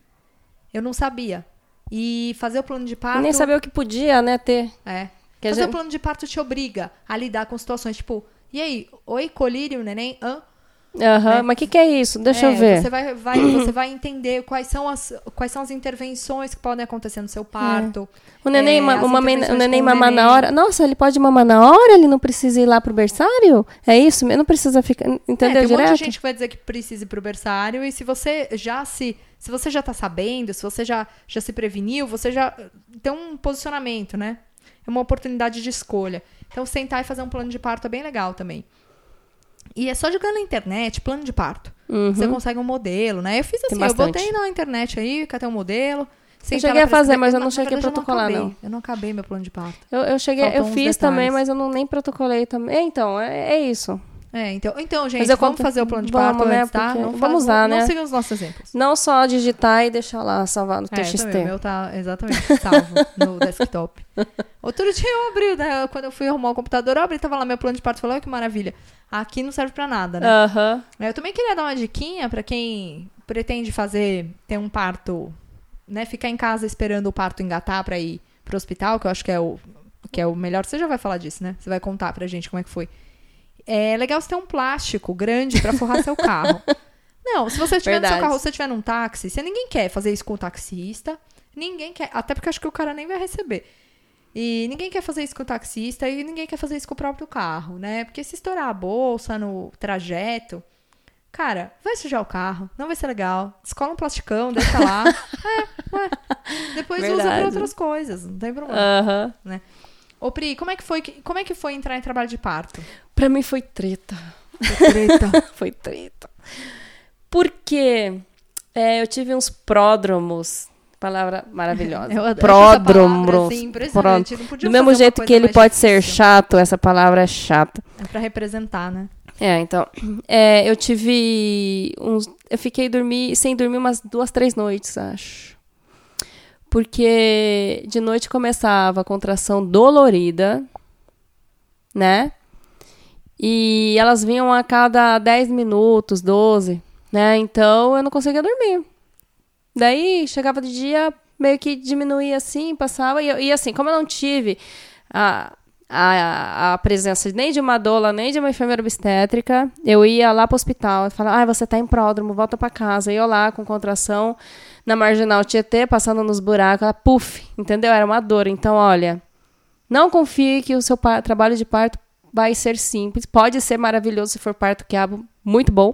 Eu não sabia. E fazer o plano de parto... E nem saber o que podia, né, ter. É. Que a Fazer gente- o plano de parto te obriga a lidar com situações tipo... E aí? Oi, colírio, neném? Hã? Aham, É. mas o que, que é isso? Deixa É, eu ver. Você vai, vai, você vai entender quais são, as, quais são as intervenções que podem acontecer no seu parto. O neném, é, ma- as o mame- o intervenções neném com o mamar na neném. hora. Nossa, ele pode mamar na hora? Ele não precisa ir lá pro berçário? É isso? Não precisa ficar. É, Entendeu tem um direto? monte de gente que vai dizer que precisa ir pro berçário. E se você já se... Se você já tá sabendo, se você já, já se preveniu, você já tem um posicionamento, né? É uma oportunidade de escolha. Então, sentar e fazer um plano de parto é bem legal também. E é só jogar na internet, plano de parto. Uhum. Você consegue um modelo, né? Eu fiz assim, eu bastante. botei na internet aí, catei um modelo. sentei cheguei lá a pra fazer, escrever. mas eu não Na cheguei a verdade, eu protocolar, acabei. não. Eu não acabei meu plano de parto. Eu, eu cheguei, Faltam eu uns fiz também, detalhes. mas eu não nem protocolei também. É, então, é, é isso. É, então, então gente, Mas eu vamos conto- fazer o plano de vamos, parto né, antes, tá? porque- Não vamos faz- usar, não, né? Não sigam os nossos exemplos. Não só digitar e deixar lá salvar no É, eu T X também, o T. meu tá exatamente salvo no desktop. Outro dia eu abri, né? Quando eu fui arrumar o computador, eu abri, tava lá meu plano de parto. Falei, olha que maravilha. Aqui não serve pra nada, né? Aham. Eu também queria dar uma diquinha pra quem pretende fazer, ter um parto, né? Ficar em casa esperando o parto engatar pra ir pro hospital, que eu acho que é o, que é o melhor. Você já vai falar disso, né? Você vai contar pra gente como é que foi. É legal você ter um plástico grande pra forrar seu carro. Não, se você estiver no Verdade. seu carro, se você estiver num táxi, você ninguém quer fazer isso com o taxista. Ninguém quer. Até porque acho que o cara nem vai receber. E ninguém quer fazer isso com o taxista e ninguém quer fazer isso com o próprio carro, né? Porque se estourar a bolsa no trajeto, cara, vai sujar o carro, não vai ser legal. Descola um plasticão, deixa lá. é, é. Depois usa Verdade. pra outras coisas, não tem problema. Aham. Né? Ô, Pri, como é, que foi, que- como é que foi entrar em trabalho de parto? Pra mim foi treta. Treta. Foi treta. Porque é, eu tive uns pródromos. Palavra maravilhosa. Eu adoro Pródromos. essa palavra, assim, impressionante. Não podia Do mesmo fazer uma jeito coisa que ele mais pode ser difícil. chato, essa palavra é chata. É pra representar, né? É, então. é, eu tive uns. Eu fiquei dormir, sem dormir umas duas, três noites, acho. Porque de noite começava a contração dolorida, né? E elas vinham a cada dez minutos, doze, né? Então eu não conseguia dormir. Daí chegava de dia, meio que diminuía assim, passava. E, eu- e assim, como eu não tive a, a, a presença nem de uma doula, nem de uma enfermeira obstétrica, eu ia lá pro hospital e falava, ah, você tá em pródromo, volta pra casa. E eu lá com contração na marginal Tietê, passando nos buracos, ela, puf, entendeu? Era uma dor. Então, olha, não confie que o seu pa- trabalho de parto vai ser simples. Pode ser maravilhoso se for parto quiabo, muito bom.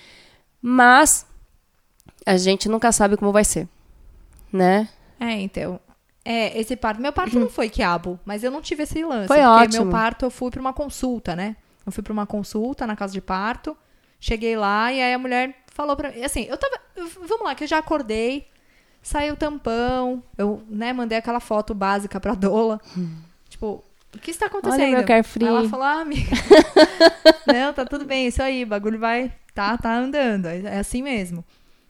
Mas a gente nunca sabe como vai ser, né? É, então. É, esse parto. Meu parto não foi quiabo, mas eu não tive esse lance. Foi porque ótimo. meu parto eu fui pra uma consulta, né? Eu fui pra uma consulta na casa de parto. Cheguei lá e aí a mulher falou pra mim. Assim, eu tava. eu- Vamos lá, que eu já acordei. Saiu o tampão. Eu, né, mandei aquela foto básica pra doula. Tipo, o que está acontecendo? Olha meu carefree. Ela falou, ah, amiga. Não, tá tudo bem, isso aí, bagulho vai. Tá, tá andando. É assim mesmo.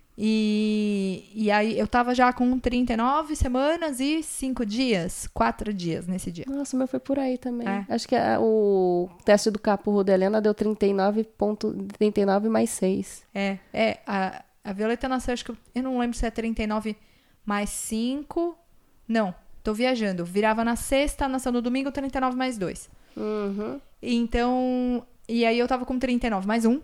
E, e aí eu tava já com trinta e nove semanas e cinco dias, quatro dias nesse dia. Nossa, o meu foi por aí também. É. Acho que a- o teste do Capurro da Helena deu trinta e nove ponto trinta e nove mais seis. É, é, a, a Violeta nasceu, acho que eu, eu não lembro se é trinta e nove mais cinco. Não, tô viajando. Virava na sexta, nasceu no domingo, trinta e nove mais dois. Uhum. Então, e aí eu tava com trinta e nove mais um.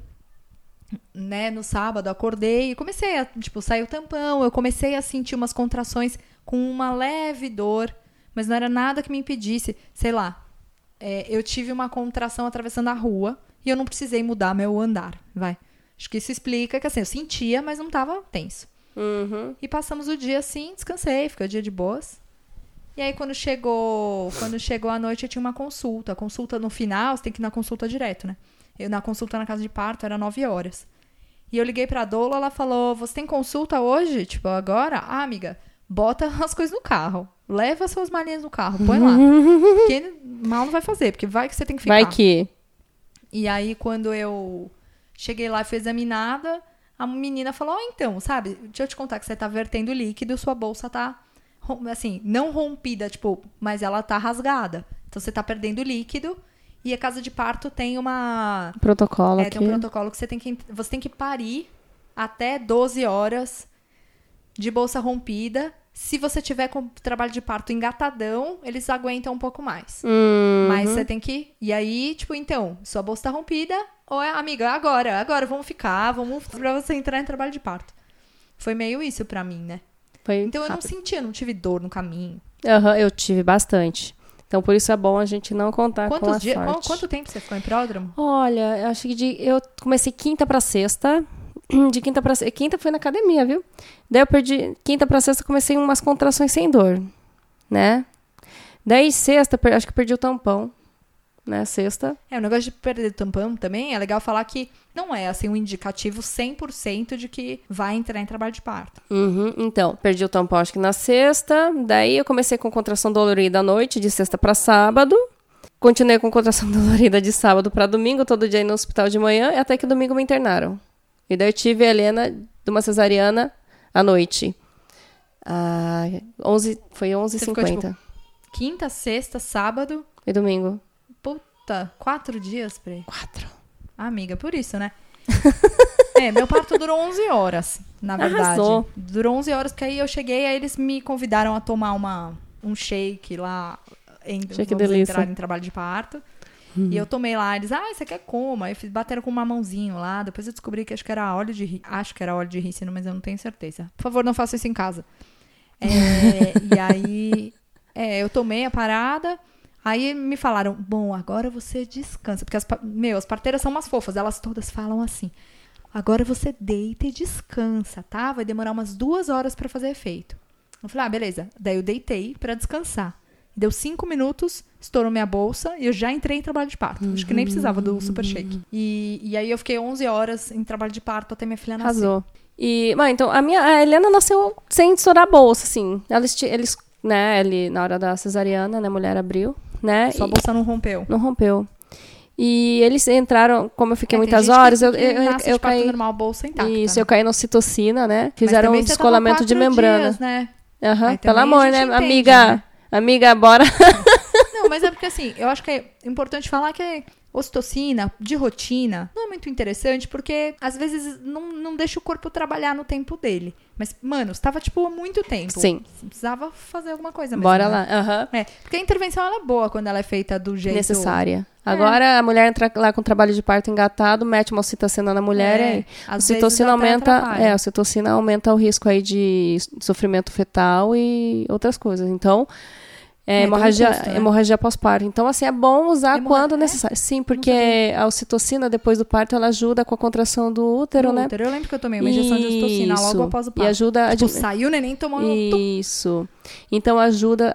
Né, no sábado acordei e comecei a, tipo, saiu o tampão, eu comecei a sentir umas contrações com uma leve dor, mas não era nada que me impedisse, sei lá, é, eu tive uma contração atravessando a rua e eu não precisei mudar meu andar, vai. Acho que isso explica que, assim, eu sentia, mas não tava tenso. Uhum. E passamos o dia assim, descansei, ficou o dia de boas. E aí quando chegou, quando chegou a noite eu tinha uma consulta, a consulta no final, você tem que ir na consulta direto, né? Eu, na consulta na casa de parto, era nove horas. E eu liguei pra doula, ela falou, você tem consulta hoje? Tipo, agora? Ah, amiga, bota as coisas no carro. Leva suas malinhas no carro, põe lá. Porque mal não vai fazer, porque vai que você tem que ficar. Vai que. E aí, quando eu cheguei lá e fui examinada, a menina falou, ó, então, sabe, deixa eu te contar que você tá vertendo líquido, sua bolsa tá, rom- assim, não rompida, tipo, mas ela tá rasgada. Então, você tá perdendo líquido. E a casa de parto tem uma... Protocolo É, aqui. tem um protocolo que você tem que... Você tem que parir até doze horas de bolsa rompida. Se você tiver com trabalho de parto engatadão, eles aguentam um pouco mais. Uhum. Mas você tem que... E aí, tipo, então, sua bolsa tá rompida, ou é, amiga, agora, agora, vamos ficar, vamos pra você entrar em trabalho de parto. Foi meio isso pra mim, né? Foi Então eu não rápido. sentia, não tive dor no caminho. Aham, eu tive bastante. Então, por isso é bom a gente não contar com a Quantos dias, sorte. qual- quanto tempo você ficou em pródromo? Olha, eu acho que de, eu comecei quinta pra sexta. De quinta pra sexta. Quinta foi na academia, viu? Daí eu perdi. Quinta pra sexta comecei umas contrações sem dor, né? Daí sexta, per- acho que perdi o tampão, né? Sexta. É, o negócio de perder tampão também é legal falar que não é assim um indicativo cem por cento de que vai entrar em trabalho de parto. Uhum, então, perdi o tampão acho que na sexta. Daí eu comecei com contração dolorida à noite, de sexta pra sábado. Continuei com contração dolorida de sábado pra domingo, todo dia aí no hospital de manhã, e até que domingo me internaram. E daí eu tive a Helena de uma cesariana à noite. Ah, onze, foi onze e Você ficou, cinquenta. Quinta, sexta, sábado, E domingo? puta, quatro dias, Pri. Quatro. Ah, amiga, por isso, né? É, meu parto durou onze horas, na verdade. Arrasou. Durou onze horas, porque aí eu cheguei, aí eles me convidaram a tomar uma, um shake lá, em, Shake vamos delícia. entrar em trabalho de parto. Hum. E eu tomei lá, eles, ah, você quer como? Aí fiz, bateram com um mamãozinho lá, depois eu descobri que acho que era óleo de acho que era óleo de rícino, mas eu não tenho certeza. Por favor, não faça isso em casa. É, e aí, é, eu tomei a parada, aí me falaram, bom, agora você descansa, porque as, meu, as parteiras são umas fofas, elas todas falam assim, agora você deita e descansa, tá? Vai demorar umas duas horas pra fazer efeito. Eu falei, ah, beleza. Daí eu deitei pra descansar. Deu cinco minutos, estourou minha bolsa e eu já entrei em trabalho de parto. Acho que nem precisava do super shake. E, e aí eu fiquei onze horas em trabalho de parto até minha filha nascer. Arrasou. E, bom, então, a minha, a Helena nasceu sem estourar a bolsa, assim. Eles, eles né, ele, na hora da cesariana, né, a mulher abriu, né? Sua bolsa não rompeu. Não rompeu. E eles entraram, como eu fiquei é, muitas horas, que, eu, que eu, eu, eu caí... normal, bolsa intacta. Isso, né? eu caí na ocitocina, né? Fizeram um descolamento de membrana. Dias, né? Uhum. Pelo amor, né, entende, amiga? Né? Amiga, bora. Não, mas é porque assim, eu acho que é importante falar que ocitocina, de rotina, não é muito interessante, porque às vezes não, não deixa o corpo trabalhar no tempo dele. Mas, mano, estava, tipo, há muito tempo. Sim. Você precisava fazer alguma coisa mesmo. Bora né? lá. Uhum. É, porque a intervenção, ela é boa quando ela é feita do jeito... necessária. É. Agora, a mulher entra lá com trabalho de parto engatado, mete uma ocitocina na mulher é. e a Às ocitocina aumenta, é, a ocitocina aumenta o risco aí de sofrimento fetal e outras coisas. Então, é, É, hemorragia, um custo, né? hemorragia pós-parto. Então, assim, é bom usar Hemorra... quando é? necessário. Sim, porque a ocitocina, depois do parto, ela ajuda com a contração do útero, do né? útero. Eu lembro que eu tomei uma injeção de ocitocina logo após o parto. E ajuda tipo, a... saiu o neném tomando... Isso. Então, ajuda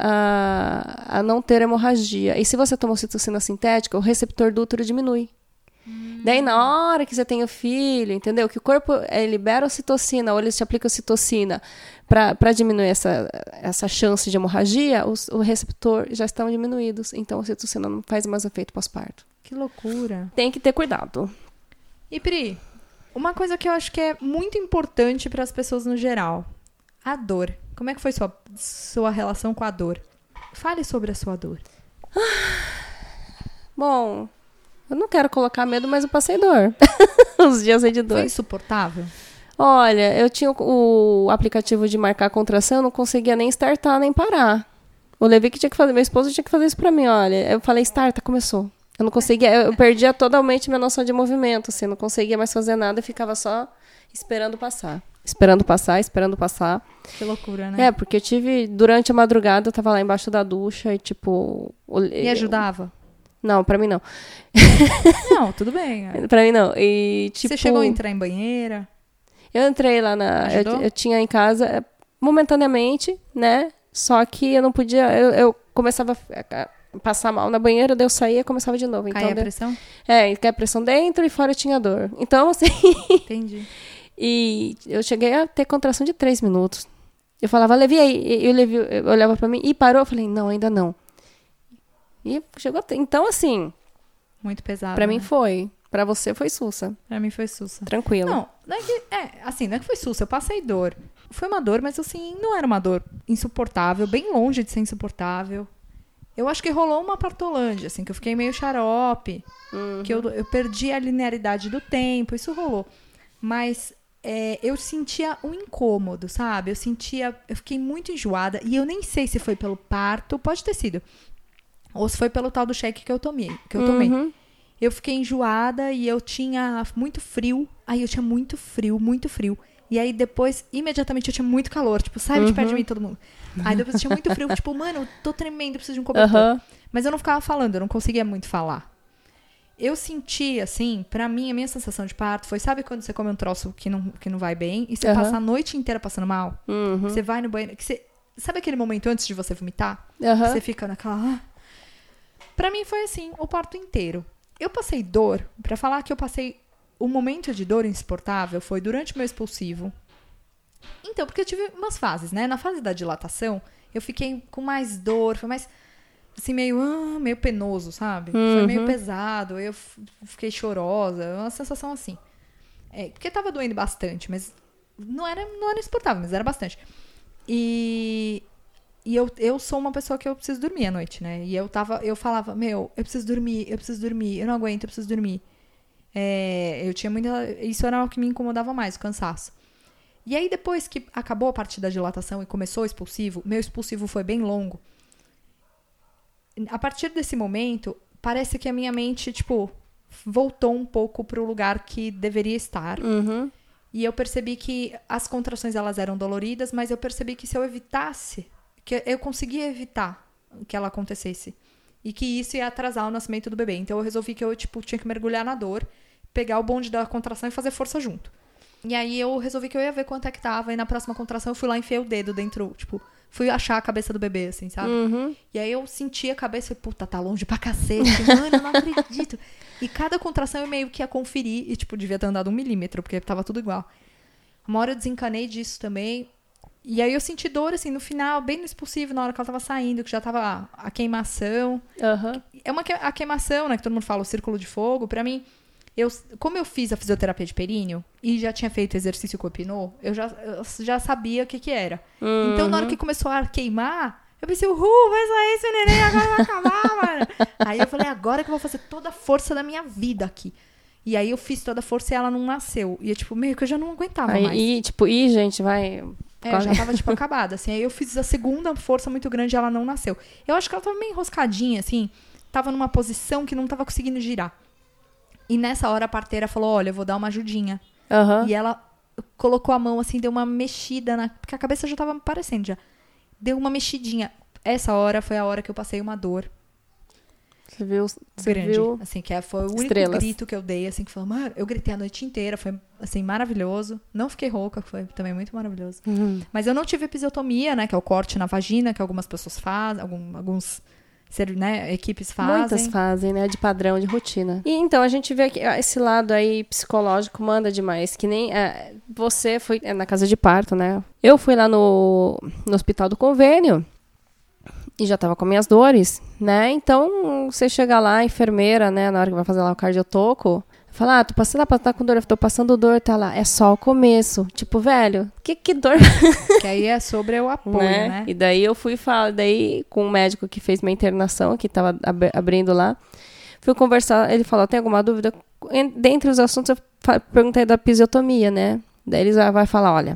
a, a não ter hemorragia. E se você toma ocitocina sintética, o receptor do útero diminui. Hum. Daí, na hora que você tem o filho, entendeu? Que o corpo é, libera ocitocina, ou ele te aplica ocitocina para diminuir essa, essa chance de hemorragia, os, o receptor já estão diminuídos. Então, a ocitocina não faz mais efeito pós-parto. Que loucura. Tem que ter cuidado. E, Pri, uma coisa que eu acho que é muito importante para as pessoas no geral. A dor. Como é que foi sua, sua relação com a dor? Fale sobre a sua dor. Bom... Eu não quero colocar medo, mas eu passei dor. Os dias aí de dor. Foi insuportável? Olha, eu tinha o, o aplicativo de marcar a contração, eu não conseguia nem startar, nem parar. O Levi que tinha que fazer, meu esposo tinha que fazer isso pra mim, olha. Eu falei, starta, começou. Eu não conseguia, eu, eu perdia totalmente minha noção de movimento, assim, não conseguia mais fazer nada e ficava só esperando passar. Esperando passar, esperando passar. Que loucura, né? É, porque eu tive, durante a madrugada, eu tava lá embaixo da ducha e, tipo... E ajudava? Não, pra mim não. Não, tudo bem. É. Pra mim não. E, tipo, você chegou a entrar em banheira? Eu entrei lá na... Eu, eu tinha em casa, momentaneamente, né? Só que eu não podia... Eu, eu começava a passar mal na banheira, daí eu saía e começava de novo. Caía então, a pressão? É, caía a pressão dentro e fora eu tinha dor. Então, assim... Entendi. E eu cheguei a ter contração de três minutos. Eu falava, Levi, aí. E o Levi olhava pra mim e parou. Eu falei, não, ainda não. E chegou até... Então, assim... Muito pesado, Pra né? mim foi. Pra você foi sussa. Pra mim foi sussa. Tranquilo. Não, não é que... É, assim, não é que foi sussa. Eu passei dor. Foi uma dor, mas assim, não era uma dor insuportável. Bem longe de ser insuportável. Eu acho que rolou uma partolândia, assim, que eu fiquei meio xarope. Uhum. Que eu, eu perdi a linearidade do tempo. Isso rolou. Mas... É, eu sentia um incômodo, sabe? Eu sentia... Eu fiquei muito enjoada. E eu nem sei se foi pelo parto. Pode ter sido. Ou se foi pelo tal do cheque que eu tomei. Que eu tomei. Uhum. Eu fiquei enjoada e eu tinha muito frio. Aí eu tinha muito frio, muito frio. E aí depois, imediatamente, eu tinha muito calor. Tipo, sai uhum. de perto de mim, todo mundo. Aí depois eu tinha muito frio. Tipo, mano, eu tô tremendo, preciso de um cobertor. Uhum. Mas eu não ficava falando, eu não conseguia muito falar. Eu senti, assim, pra mim, a minha sensação de parto foi, sabe quando você come um troço que não, que não vai bem e você uhum. passa a noite inteira passando mal? Uhum. Você vai no banheiro, que você, sabe aquele momento antes de você vomitar? Uhum. Você fica naquela... Ah. Pra mim foi assim, o parto inteiro. Eu passei dor, pra falar que eu passei o momento de dor insuportável foi durante o meu expulsivo. Então, porque eu tive umas fases, né? Na fase da dilatação, eu fiquei com mais dor, foi mais... assim, meio, ah, meio penoso, sabe? Uhum. Foi meio pesado, eu f- fiquei chorosa, uma sensação assim. É, porque tava doendo bastante, mas não era, não era insuportável, mas era bastante. E, e eu, eu sou uma pessoa que eu preciso dormir à noite, né? E eu tava, eu falava, meu, eu preciso dormir, eu preciso dormir, eu não aguento, eu preciso dormir. É, eu tinha muita... Isso era o que me incomodava mais, o cansaço. E aí, depois que acabou a parte da dilatação e começou o expulsivo, meu expulsivo foi bem longo. A partir desse momento, parece que a minha mente, tipo, voltou um pouco pro lugar que deveria estar. Uhum. E eu percebi que as contrações, elas eram doloridas, mas eu percebi que se eu evitasse, que eu conseguia evitar que ela acontecesse. E que isso ia atrasar o nascimento do bebê. Então eu resolvi que eu, tipo, tinha que mergulhar na dor, pegar o bonde da contração e fazer força junto. E aí eu resolvi que eu ia ver quanto é que tava. E na próxima contração eu fui lá e enfiei o dedo dentro, tipo, fui achar a cabeça do bebê, assim, sabe? Uhum. E aí eu senti a cabeça e puta, tá longe pra cacete, mano, eu não acredito. E cada contração eu meio que ia conferir e, tipo, devia ter andado um milímetro, porque tava tudo igual. Uma hora eu desencanei disso também. E aí eu senti dor, assim, no final, bem no expulsivo, na hora que ela tava saindo, que já tava a queimação. Uhum. É uma que... a queimação, né, que todo mundo fala, o círculo de fogo. Pra mim, eu, como eu fiz a fisioterapia de períneo e já tinha feito exercício com o Epinô, eu já, eu já sabia o que que era. Uhum. Então, na hora que começou a queimar, eu pensei, uhul, vai sair esse neném, agora vai acabar, mano. Aí eu falei, agora que eu vou fazer toda a força da minha vida aqui. E aí eu fiz toda a força e ela não nasceu. E, tipo, meio que eu já não aguentava Aí, mais. e, tipo, e, gente, vai... É, eu já tava, tipo, acabada, assim. Aí eu fiz a segunda força muito grande e ela não nasceu. Eu acho que ela tava meio enroscadinha, assim. Tava numa posição que não tava conseguindo girar. E nessa hora a parteira falou, olha, eu vou dar uma ajudinha. Uhum. E ela colocou a mão, assim, deu uma mexida, na... porque a cabeça já tava aparecendo já. Deu uma mexidinha. Essa hora foi a hora que eu passei uma dor. Você viu? Você grande. viu? Assim, que foi o único Estrelas. grito que eu dei, assim, que falou, mano, eu gritei a noite inteira, foi, assim, maravilhoso. Não fiquei rouca, foi também muito maravilhoso. Uhum. Mas eu não tive episiotomia, né, que é o corte na vagina, que algumas pessoas fazem, algum, alguns, né, equipes fazem. Muitas fazem, né? De padrão, de rotina. E então, a gente vê que esse lado aí psicológico manda demais. Que nem é, você foi é, na casa de parto, né? Eu fui lá no, no hospital do convênio e já tava com minhas dores, né? Então, você chega lá, a enfermeira, né? Na hora que vai fazer lá o cardiotoco, fala, ah, tô passando, tá com dor, eu tô passando dor, tá lá. É só o começo. Tipo, velho, que, que dor... Que aí é sobre o apoio, né? né? E daí eu fui falar, daí com o médico que fez minha internação, que tava ab- abrindo lá, fui conversar, ele falou, tem alguma dúvida? En- dentre os assuntos, eu fa- perguntei da episiotomia, né? Daí ele vai falar, olha,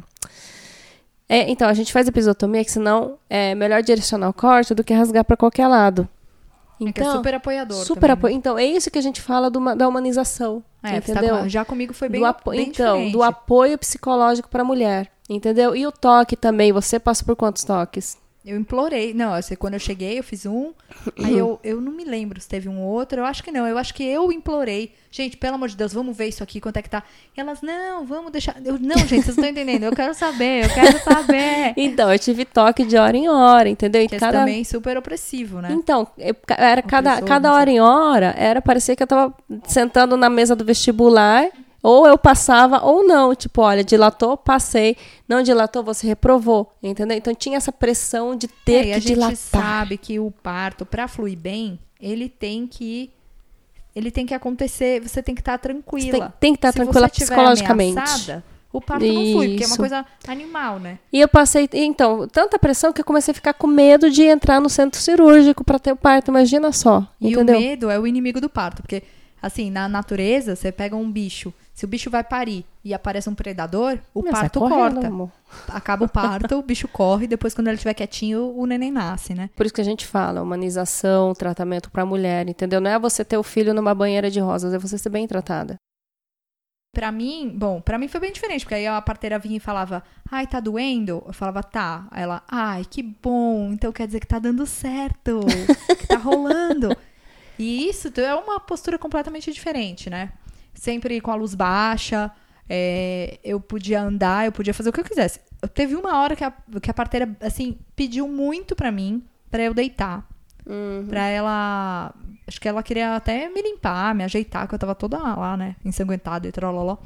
é, então, a gente faz episiotomia, que senão é melhor direcionar o corte do que rasgar para qualquer lado. É que é Então, super apoiador super também, apo- né? Então, é isso que a gente fala do ma- da humanização, É, você tá entendeu? com- já comigo foi bem, do apo- bem então, diferente. do apoio psicológico para a mulher, entendeu? E o toque também, você passa por quantos toques? Eu implorei. Não, assim, quando eu cheguei, eu fiz um. Aí eu, eu não me lembro se teve um outro. Eu acho que não. Eu acho que eu implorei. Gente, pelo amor de Deus, vamos ver isso aqui, quanto é que tá. E elas, não, vamos deixar. Eu, não, gente, vocês estão entendendo. Eu quero saber, eu quero saber. Então, eu tive toque de hora em hora, entendeu? E Que é cada... também super opressivo, né? Então, eu- era cada, Opressor, cada não sei. hora em hora, era parecia que eu tava sentando na mesa do vestibular, ou eu passava ou não. Tipo, olha, dilatou, passei. Não dilatou, você reprovou, entendeu? Então tinha essa pressão de ter É, e que a gente dilatar. sabe que o parto, pra fluir bem, ele tem que. Ele tem que acontecer, você tem que estar tranquila. Você tem- tem que estar Se tranquila você tiver psicologicamente. ameaçada, o parto não flui, porque é uma Isso. coisa animal, né? E eu passei, então, tanta pressão que eu comecei a ficar com medo de entrar no centro cirúrgico para ter o parto, imagina só, E entendeu? o medo é o inimigo do parto, porque, assim, na natureza, você pega um bicho, se o bicho vai parir e aparece um predador, o Meu, sai parto correndo, corta. amor. Acaba o parto, o bicho corre, depois quando ele estiver quietinho, o neném nasce, né? Por isso que a gente fala, humanização, tratamento para mulher, entendeu? Não é você ter o filho numa banheira de rosas, é você ser bem tratada. Pra mim, bom, pra mim foi bem diferente, porque aí a parteira vinha e falava, ai, tá doendo? Eu falava, tá. Aí ela, ai, que bom, então quer dizer que tá dando certo, que tá rolando. E isso é uma postura completamente diferente, né? Sempre com a luz baixa, é, eu podia andar, eu podia fazer o que eu quisesse. Eu, teve uma hora que a, que a parteira, assim, pediu muito pra mim, pra eu deitar. Uhum. Pra ela... Acho que ela queria até me limpar, me ajeitar, que eu tava toda lá, né? Ensanguentada e trololó.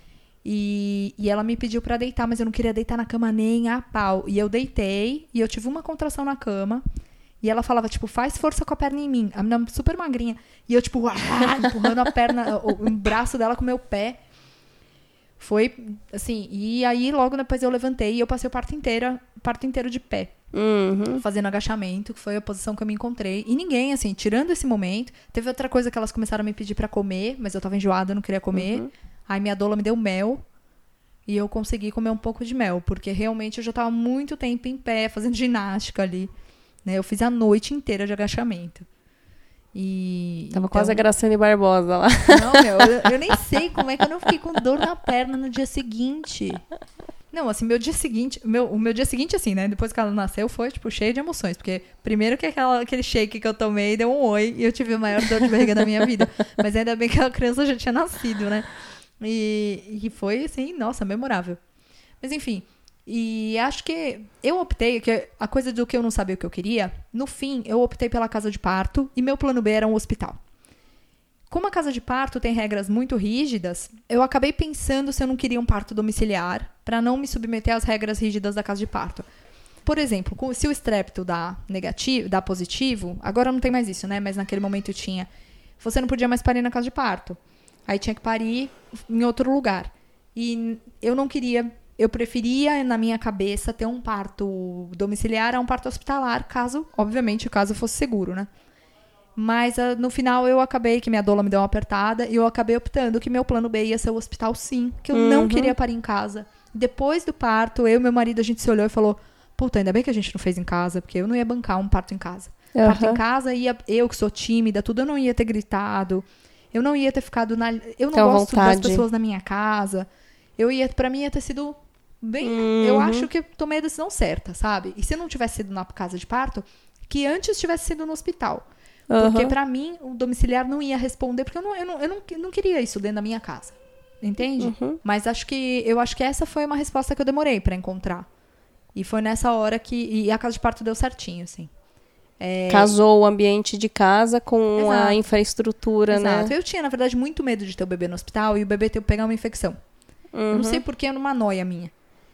E, e ela me pediu pra deitar, mas eu não queria deitar na cama nem a pau. E eu deitei, e eu tive uma contração na cama. E ela falava, tipo, faz força com a perna em mim. A menina super magrinha. E eu, tipo, ah, empurrando a perna, o, o braço dela com o meu pé. Foi, assim... E aí, logo depois eu levantei e eu passei o parto inteiro, parto inteiro de pé. Uhum. Fazendo agachamento, que foi a posição que eu me encontrei. E ninguém, assim, tirando esse momento... Teve outra coisa que elas começaram a me pedir pra comer, mas eu tava enjoada, eu não queria comer. Uhum. Aí minha doula me deu mel. E eu consegui comer um pouco de mel, porque realmente eu já tava muito tempo em pé, fazendo ginástica ali. Né? Eu fiz a noite inteira de agachamento. E, Tava então... quase a Graciane Barbosa lá. Não, meu, eu, eu nem sei como é que eu não fiquei com dor na perna no dia seguinte. Não, assim, meu dia seguinte... Meu, o meu dia seguinte, assim, né? Depois que ela nasceu, foi, tipo, cheio de emoções. Porque primeiro que aquela, aquele shake que eu tomei deu um oi. E eu tive a maior dor de barriga da minha vida. Mas ainda bem que a criança já tinha nascido, né? E, e foi, assim, nossa, memorável. Mas, enfim... E acho que eu optei, que a coisa do que eu não sabia o que eu queria, no fim, eu optei pela casa de parto e meu plano B era um hospital. Como a casa de parto tem regras muito rígidas, eu acabei pensando se eu não queria um parto domiciliar para não me submeter às regras rígidas da casa de parto. Por exemplo, se o estrépito dá negativo, dá positivo, agora não tem mais isso, né? Mas naquele momento tinha. Você não podia mais parir na casa de parto. Aí tinha que parir em outro lugar. E eu não queria... Eu preferia, na minha cabeça, ter um parto domiciliar a um parto hospitalar, caso, obviamente, o caso fosse seguro, né? Mas, no final, eu acabei, que minha doula me deu uma apertada, e eu acabei optando que meu plano B ia ser o hospital, sim, que eu uhum. não queria parir em casa. Depois do parto, eu e meu marido, a gente se olhou e falou, puta, ainda bem que a gente não fez em casa, porque eu não ia bancar um parto em casa. Uhum. Parto em casa, ia, eu que sou tímida, tudo, eu não ia ter gritado, eu não ia ter ficado na... Eu não Tem gosto vontade. das pessoas na minha casa. Eu ia, pra mim, ia ter sido... Bem, uhum. Eu acho que eu tomei a decisão certa, sabe? E se não tivesse sido na casa de parto, que antes tivesse sido no hospital. Uhum. Porque pra mim, o domiciliar não ia responder, porque eu não, eu não, eu não, eu não queria isso dentro da minha casa. Entende? Uhum. Mas acho que, eu acho que essa foi uma resposta que eu demorei pra encontrar. E foi nessa hora que... E a casa de parto deu certinho, assim. É... Casou o ambiente de casa com Exato. A infraestrutura, Exato. né? Eu tinha, na verdade, muito medo de ter o bebê no hospital e o bebê ter pegar uma infecção. Uhum. Eu não sei porque, era uma noia minha.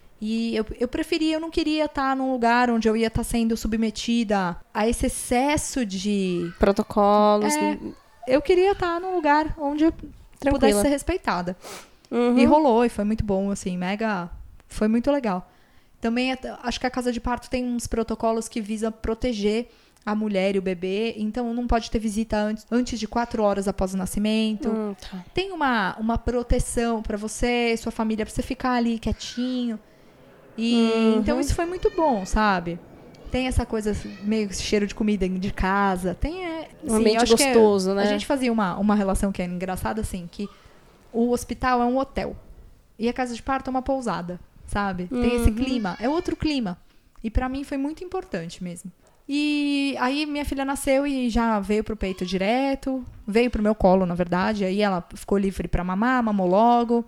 E eu, eu preferia, eu não queria estar num lugar onde eu ia estar sendo submetida a esse excesso de... Protocolos. É, eu queria estar num lugar onde eu Tranquila. Pudesse ser respeitada. Uhum. E rolou, e foi muito bom, assim, mega... Foi muito legal. Também, acho que a casa de parto tem uns protocolos que visam proteger a mulher e o bebê, então não pode ter visita antes, antes de quatro horas após o nascimento. Hum, tá. Tem uma, uma proteção pra você, sua família, pra você ficar ali quietinho. E Uhum. então isso foi muito bom, sabe? Tem essa coisa meio cheiro de comida de casa. Tem é, um assim, ambiente gostoso, é, né? A gente fazia uma, uma relação que é engraçada, assim, que o hospital é um hotel e a casa de parto é uma pousada, sabe? Tem uhum. esse clima, é outro clima. E pra mim foi muito importante mesmo. E aí minha filha nasceu e já veio pro peito direto, veio pro meu colo, na verdade. Aí ela ficou livre pra mamar, mamou logo.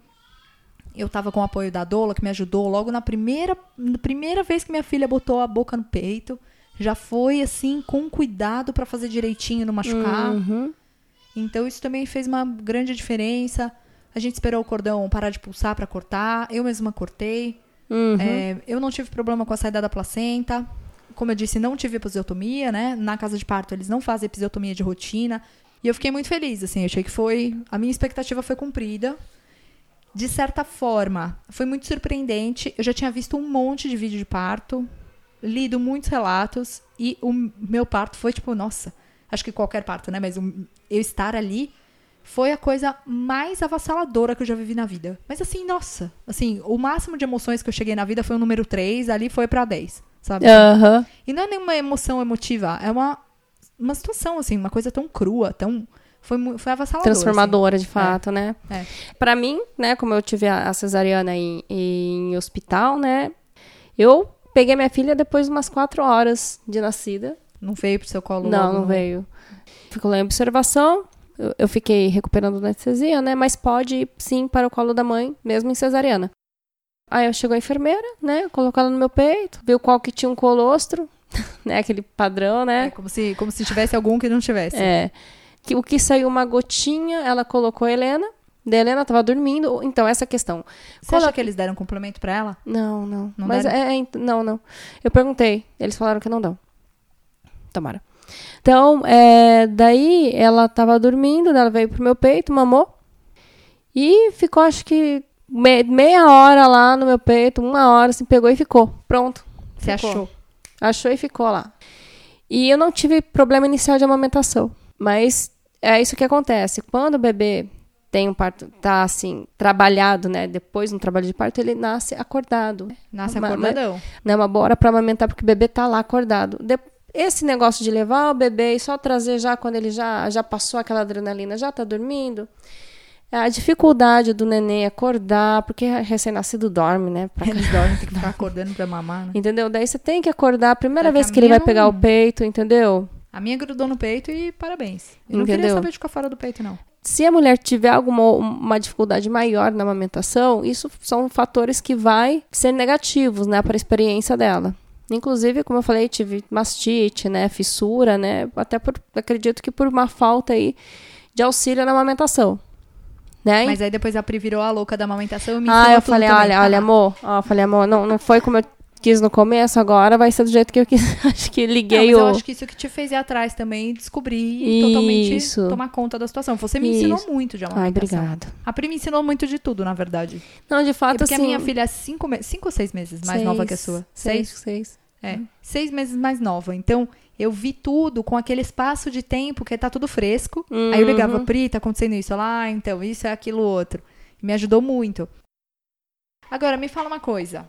Eu tava com o apoio da doula, que me ajudou logo na primeira, na primeira vez que minha filha botou a boca no peito. Já foi, assim, com cuidado pra fazer direitinho, não machucar. Uhum. Então, isso também fez uma grande diferença. A gente esperou o cordão parar de pulsar pra cortar. Eu mesma cortei. Uhum. É, eu não tive problema com a saída da placenta. Como eu disse, não tive episiotomia, né? Na casa de parto, eles não fazem episiotomia de rotina. E eu fiquei muito feliz, assim. Eu achei que foi... A minha expectativa foi cumprida. De certa forma, foi muito surpreendente. Eu já tinha visto um monte de vídeo de parto, lido muitos relatos, e o meu parto foi tipo, nossa, acho que qualquer parto, né? Mas eu estar ali foi a coisa mais avassaladora que eu já vivi na vida. Mas assim, nossa, assim, o máximo de emoções que eu cheguei na vida foi o número três, ali foi pra dez, sabe? Uhum. E não é nenhuma emoção emotiva, é uma, uma situação, assim, uma coisa tão crua, tão... Foi, foi avassalador. Transformadora, assim. de fato, é. né? É. Pra mim, né, como eu tive a cesariana em, em hospital, né, eu peguei minha filha depois de umas quatro horas de nascida. Não veio pro seu colo? Não, logo, não não veio. Ficou lá em observação, eu, eu fiquei recuperando a anestesia, né, mas pode ir, sim, para o colo da mãe, mesmo em cesariana. Aí chegou a enfermeira, né, colocou ela no meu peito, viu qual que tinha um colostro, né, aquele padrão, né. É como se, como se tivesse algum que não tivesse. É. Que, o que saiu uma gotinha, ela colocou a Helena. Da Helena tava dormindo. Então, essa questão. Você Colo... acha que eles deram complemento pra ela? Não, não. Não Mas deram? é, é, não, não. Eu perguntei. Eles falaram que não dão. Tomara. Então, é, daí ela tava dormindo, ela veio pro meu peito, mamou. E ficou, acho que, me, meia hora lá no meu peito, uma hora, assim, pegou e ficou. Pronto. Você ficou. achou? Achou e ficou lá. E eu não tive problema inicial de amamentação. Mas é isso que acontece. Quando o bebê tem um parto, tá assim, trabalhado, né? Depois no trabalho de parto, ele nasce acordado. Nasce uma, acordadão. Não é uma boa hora pra amamentar, porque o bebê tá lá acordado. De, esse negócio de levar o bebê e só trazer já quando ele já, já passou aquela adrenalina, já tá dormindo, a dificuldade do neném acordar, porque recém-nascido dorme, né? Pra... Eles dormem, tem que ficar acordando pra mamar, né? Entendeu? Daí você tem que acordar a primeira Daqui vez a que ele minha vai pegar não- o peito, entendeu? A minha grudou no peito e parabéns. Eu não Entendeu? queria saber de ficar fora do peito, não. Se a mulher tiver alguma uma dificuldade maior na amamentação, isso são fatores que vai ser negativos, né, para a experiência dela. Inclusive, como eu falei, tive mastite, né, fissura, né, até por, acredito que por uma falta aí de auxílio na amamentação, né? Mas aí depois a Pri virou a louca da amamentação e me Ah, ensinou eu tudo falei, também. olha, Tá olha, lá. amor, ó, eu falei, amor, não, não foi como eu quis no começo, agora vai ser do jeito que eu quis. Acho que Não, liguei mas o... eu acho que isso que te fez ir atrás também, descobrir e totalmente Isso. tomar conta da situação. Você me Isso. ensinou muito de Ai, amamentação. obrigada. A Pri me ensinou muito de tudo, na verdade. Não, de E fato, porque assim... a minha filha é cinco, me- cinco ou seis meses mais seis, nova que a sua. Seis, seis. É, seis meses mais nova. Então, eu vi tudo com aquele espaço de tempo que tá tudo fresco. Aí eu ligava, Uhum. Pri, tá acontecendo isso. Ela, ah, então, isso é aquilo outro. Me ajudou muito. Agora, me fala uma coisa.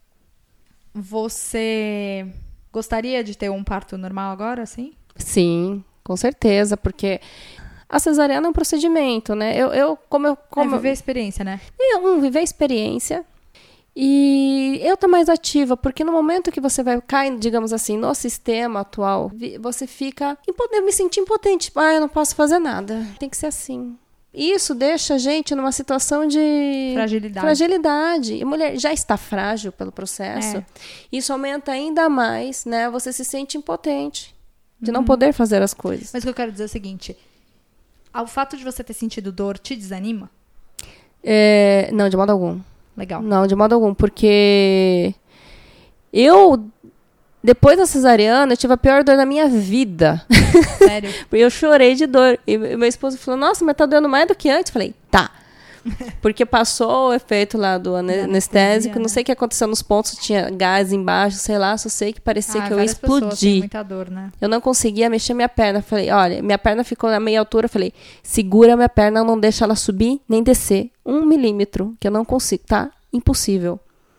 Você gostaria de ter um parto normal agora, assim? Sim, com certeza, porque a cesariana é um procedimento, né? Eu, eu como eu... Como é, viver a experiência, né? eu um, viver a experiência e eu tô mais ativa, porque no momento que você vai cair, digamos assim, no sistema atual, vi- você fica... impo- Eu me senti impotente, tipo, ah, eu não posso fazer nada. Tem que ser assim. Isso deixa a gente numa situação de... Fragilidade. Fragilidade. E mulher já está frágil pelo processo. É. Isso aumenta ainda mais, né? Você se sente impotente de não poder fazer as coisas. Mas o que eu quero dizer é o seguinte. O fato de você ter sentido dor te desanima? É, não, de modo algum. Legal. Não, de modo algum. Porque eu, depois da cesariana, eu tive a pior dor da minha vida. Sério? Eu chorei de dor. E meu esposo falou, nossa, mas tá doendo mais do que antes. Eu falei, tá. Porque passou o efeito lá do ane- Da anestésico. anestesia, Não né? sei o que aconteceu nos pontos. Tinha gás embaixo, sei lá. Só sei que parecia Ah, que eu ia várias pessoas têm explodir. muita dor, né? Eu não conseguia mexer minha perna. Falei, olha, minha perna ficou na meia altura. Falei, segura minha perna, não deixa ela subir nem descer. Um milímetro, que eu não consigo, tá? Impossível.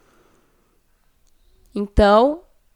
Então,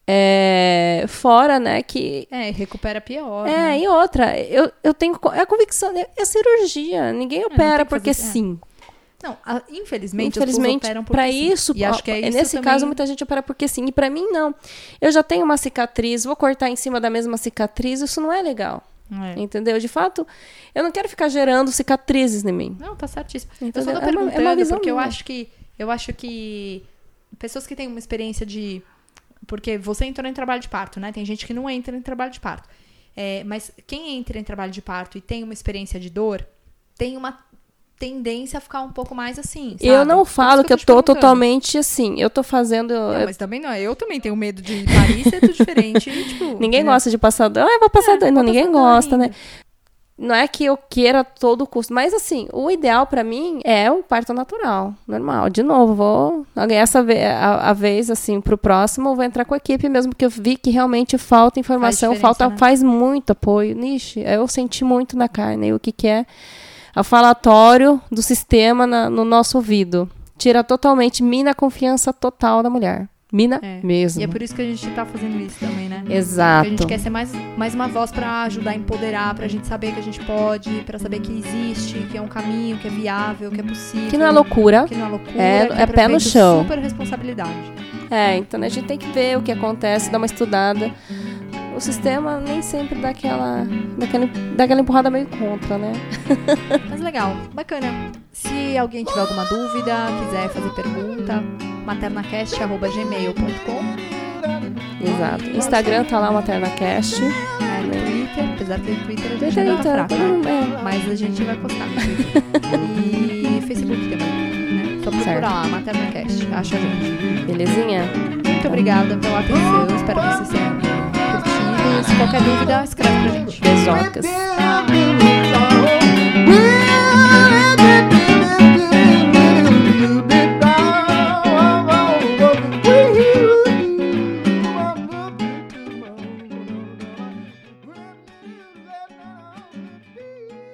é, fora, né, que... É, recupera pior, É, né? e outra, eu, eu tenho co- é a convicção, é, é cirurgia. Ninguém não opera tem que porque fazer- é. sim. Não, a- infelizmente, Infelizmente, os operam porque pra sim. isso, E acho que é ó, isso nesse também... caso, muita gente opera porque sim. E pra mim, não. Eu já tenho uma cicatriz, vou cortar em cima da mesma cicatriz, isso não é legal. É. Entendeu? De fato, eu não quero ficar gerando cicatrizes em mim. Não, tá certíssimo. Entendeu? Eu só tô É uma- é uma perguntando visão porque eu minha. acho que eu acho que pessoas que têm uma experiência de... Porque você entrou em trabalho de parto, né? Tem gente que não entra em trabalho de parto. É, mas quem entra em trabalho de parto e tem uma experiência de dor, tem uma tendência a ficar um pouco mais assim, sabe? Eu não Por isso falo que eu te tô perguntando. totalmente assim. Eu tô fazendo. Não, eu- mas também não é. Eu também tenho medo de parir ser tudo diferente. e, tipo, Ninguém né? gosta de passar dor. Ah, eu vou passar É, dor. Não, vou ninguém passar dor gosta, ainda. né? Não é que eu queira a todo custo. Mas, assim, o ideal pra mim é o parto natural, normal. De novo, vou essa ve a, a vez, assim, pro próximo, eu vou entrar com a equipe mesmo, porque eu vi que realmente falta informação, diferença, falta, né? faz muito apoio. Nixe, eu senti muito na carne. E o que que é? O falatório do sistema na- no nosso ouvido. Tira totalmente, mina a confiança total da mulher. Mina É. mesmo. E é por isso que a gente tá fazendo isso também, né? Exato. Porque a gente quer ser mais, mais uma voz pra ajudar a empoderar, pra gente saber que a gente pode, pra saber que existe, que é um caminho, que é viável, que é possível. Que não é loucura. Que não é loucura. É- que é pé no prefeito chão. Super responsabilidade. É, então a gente tem que ver o que acontece, dar uma estudada. O sistema nem sempre dá aquela, daquela, dá aquela empurrada meio contra, né? Mas legal, bacana. Se alguém tiver alguma dúvida, quiser fazer pergunta, maternacast arroba gmail ponto com. Exato. Instagram tá lá, MaternaCast. É, no Twitter, apesar que o Twitter a gente Twitter, ainda tá então, fraco, né? é. Mas a gente vai postar no Twitter. E Facebook também, né? Só procurar Certo. lá, MaternaCast, acha a gente. Belezinha? Muito obrigada pela atenção, espero que vocês tenham curtido. Se qualquer dúvida, escreve pra gente. Beijocas.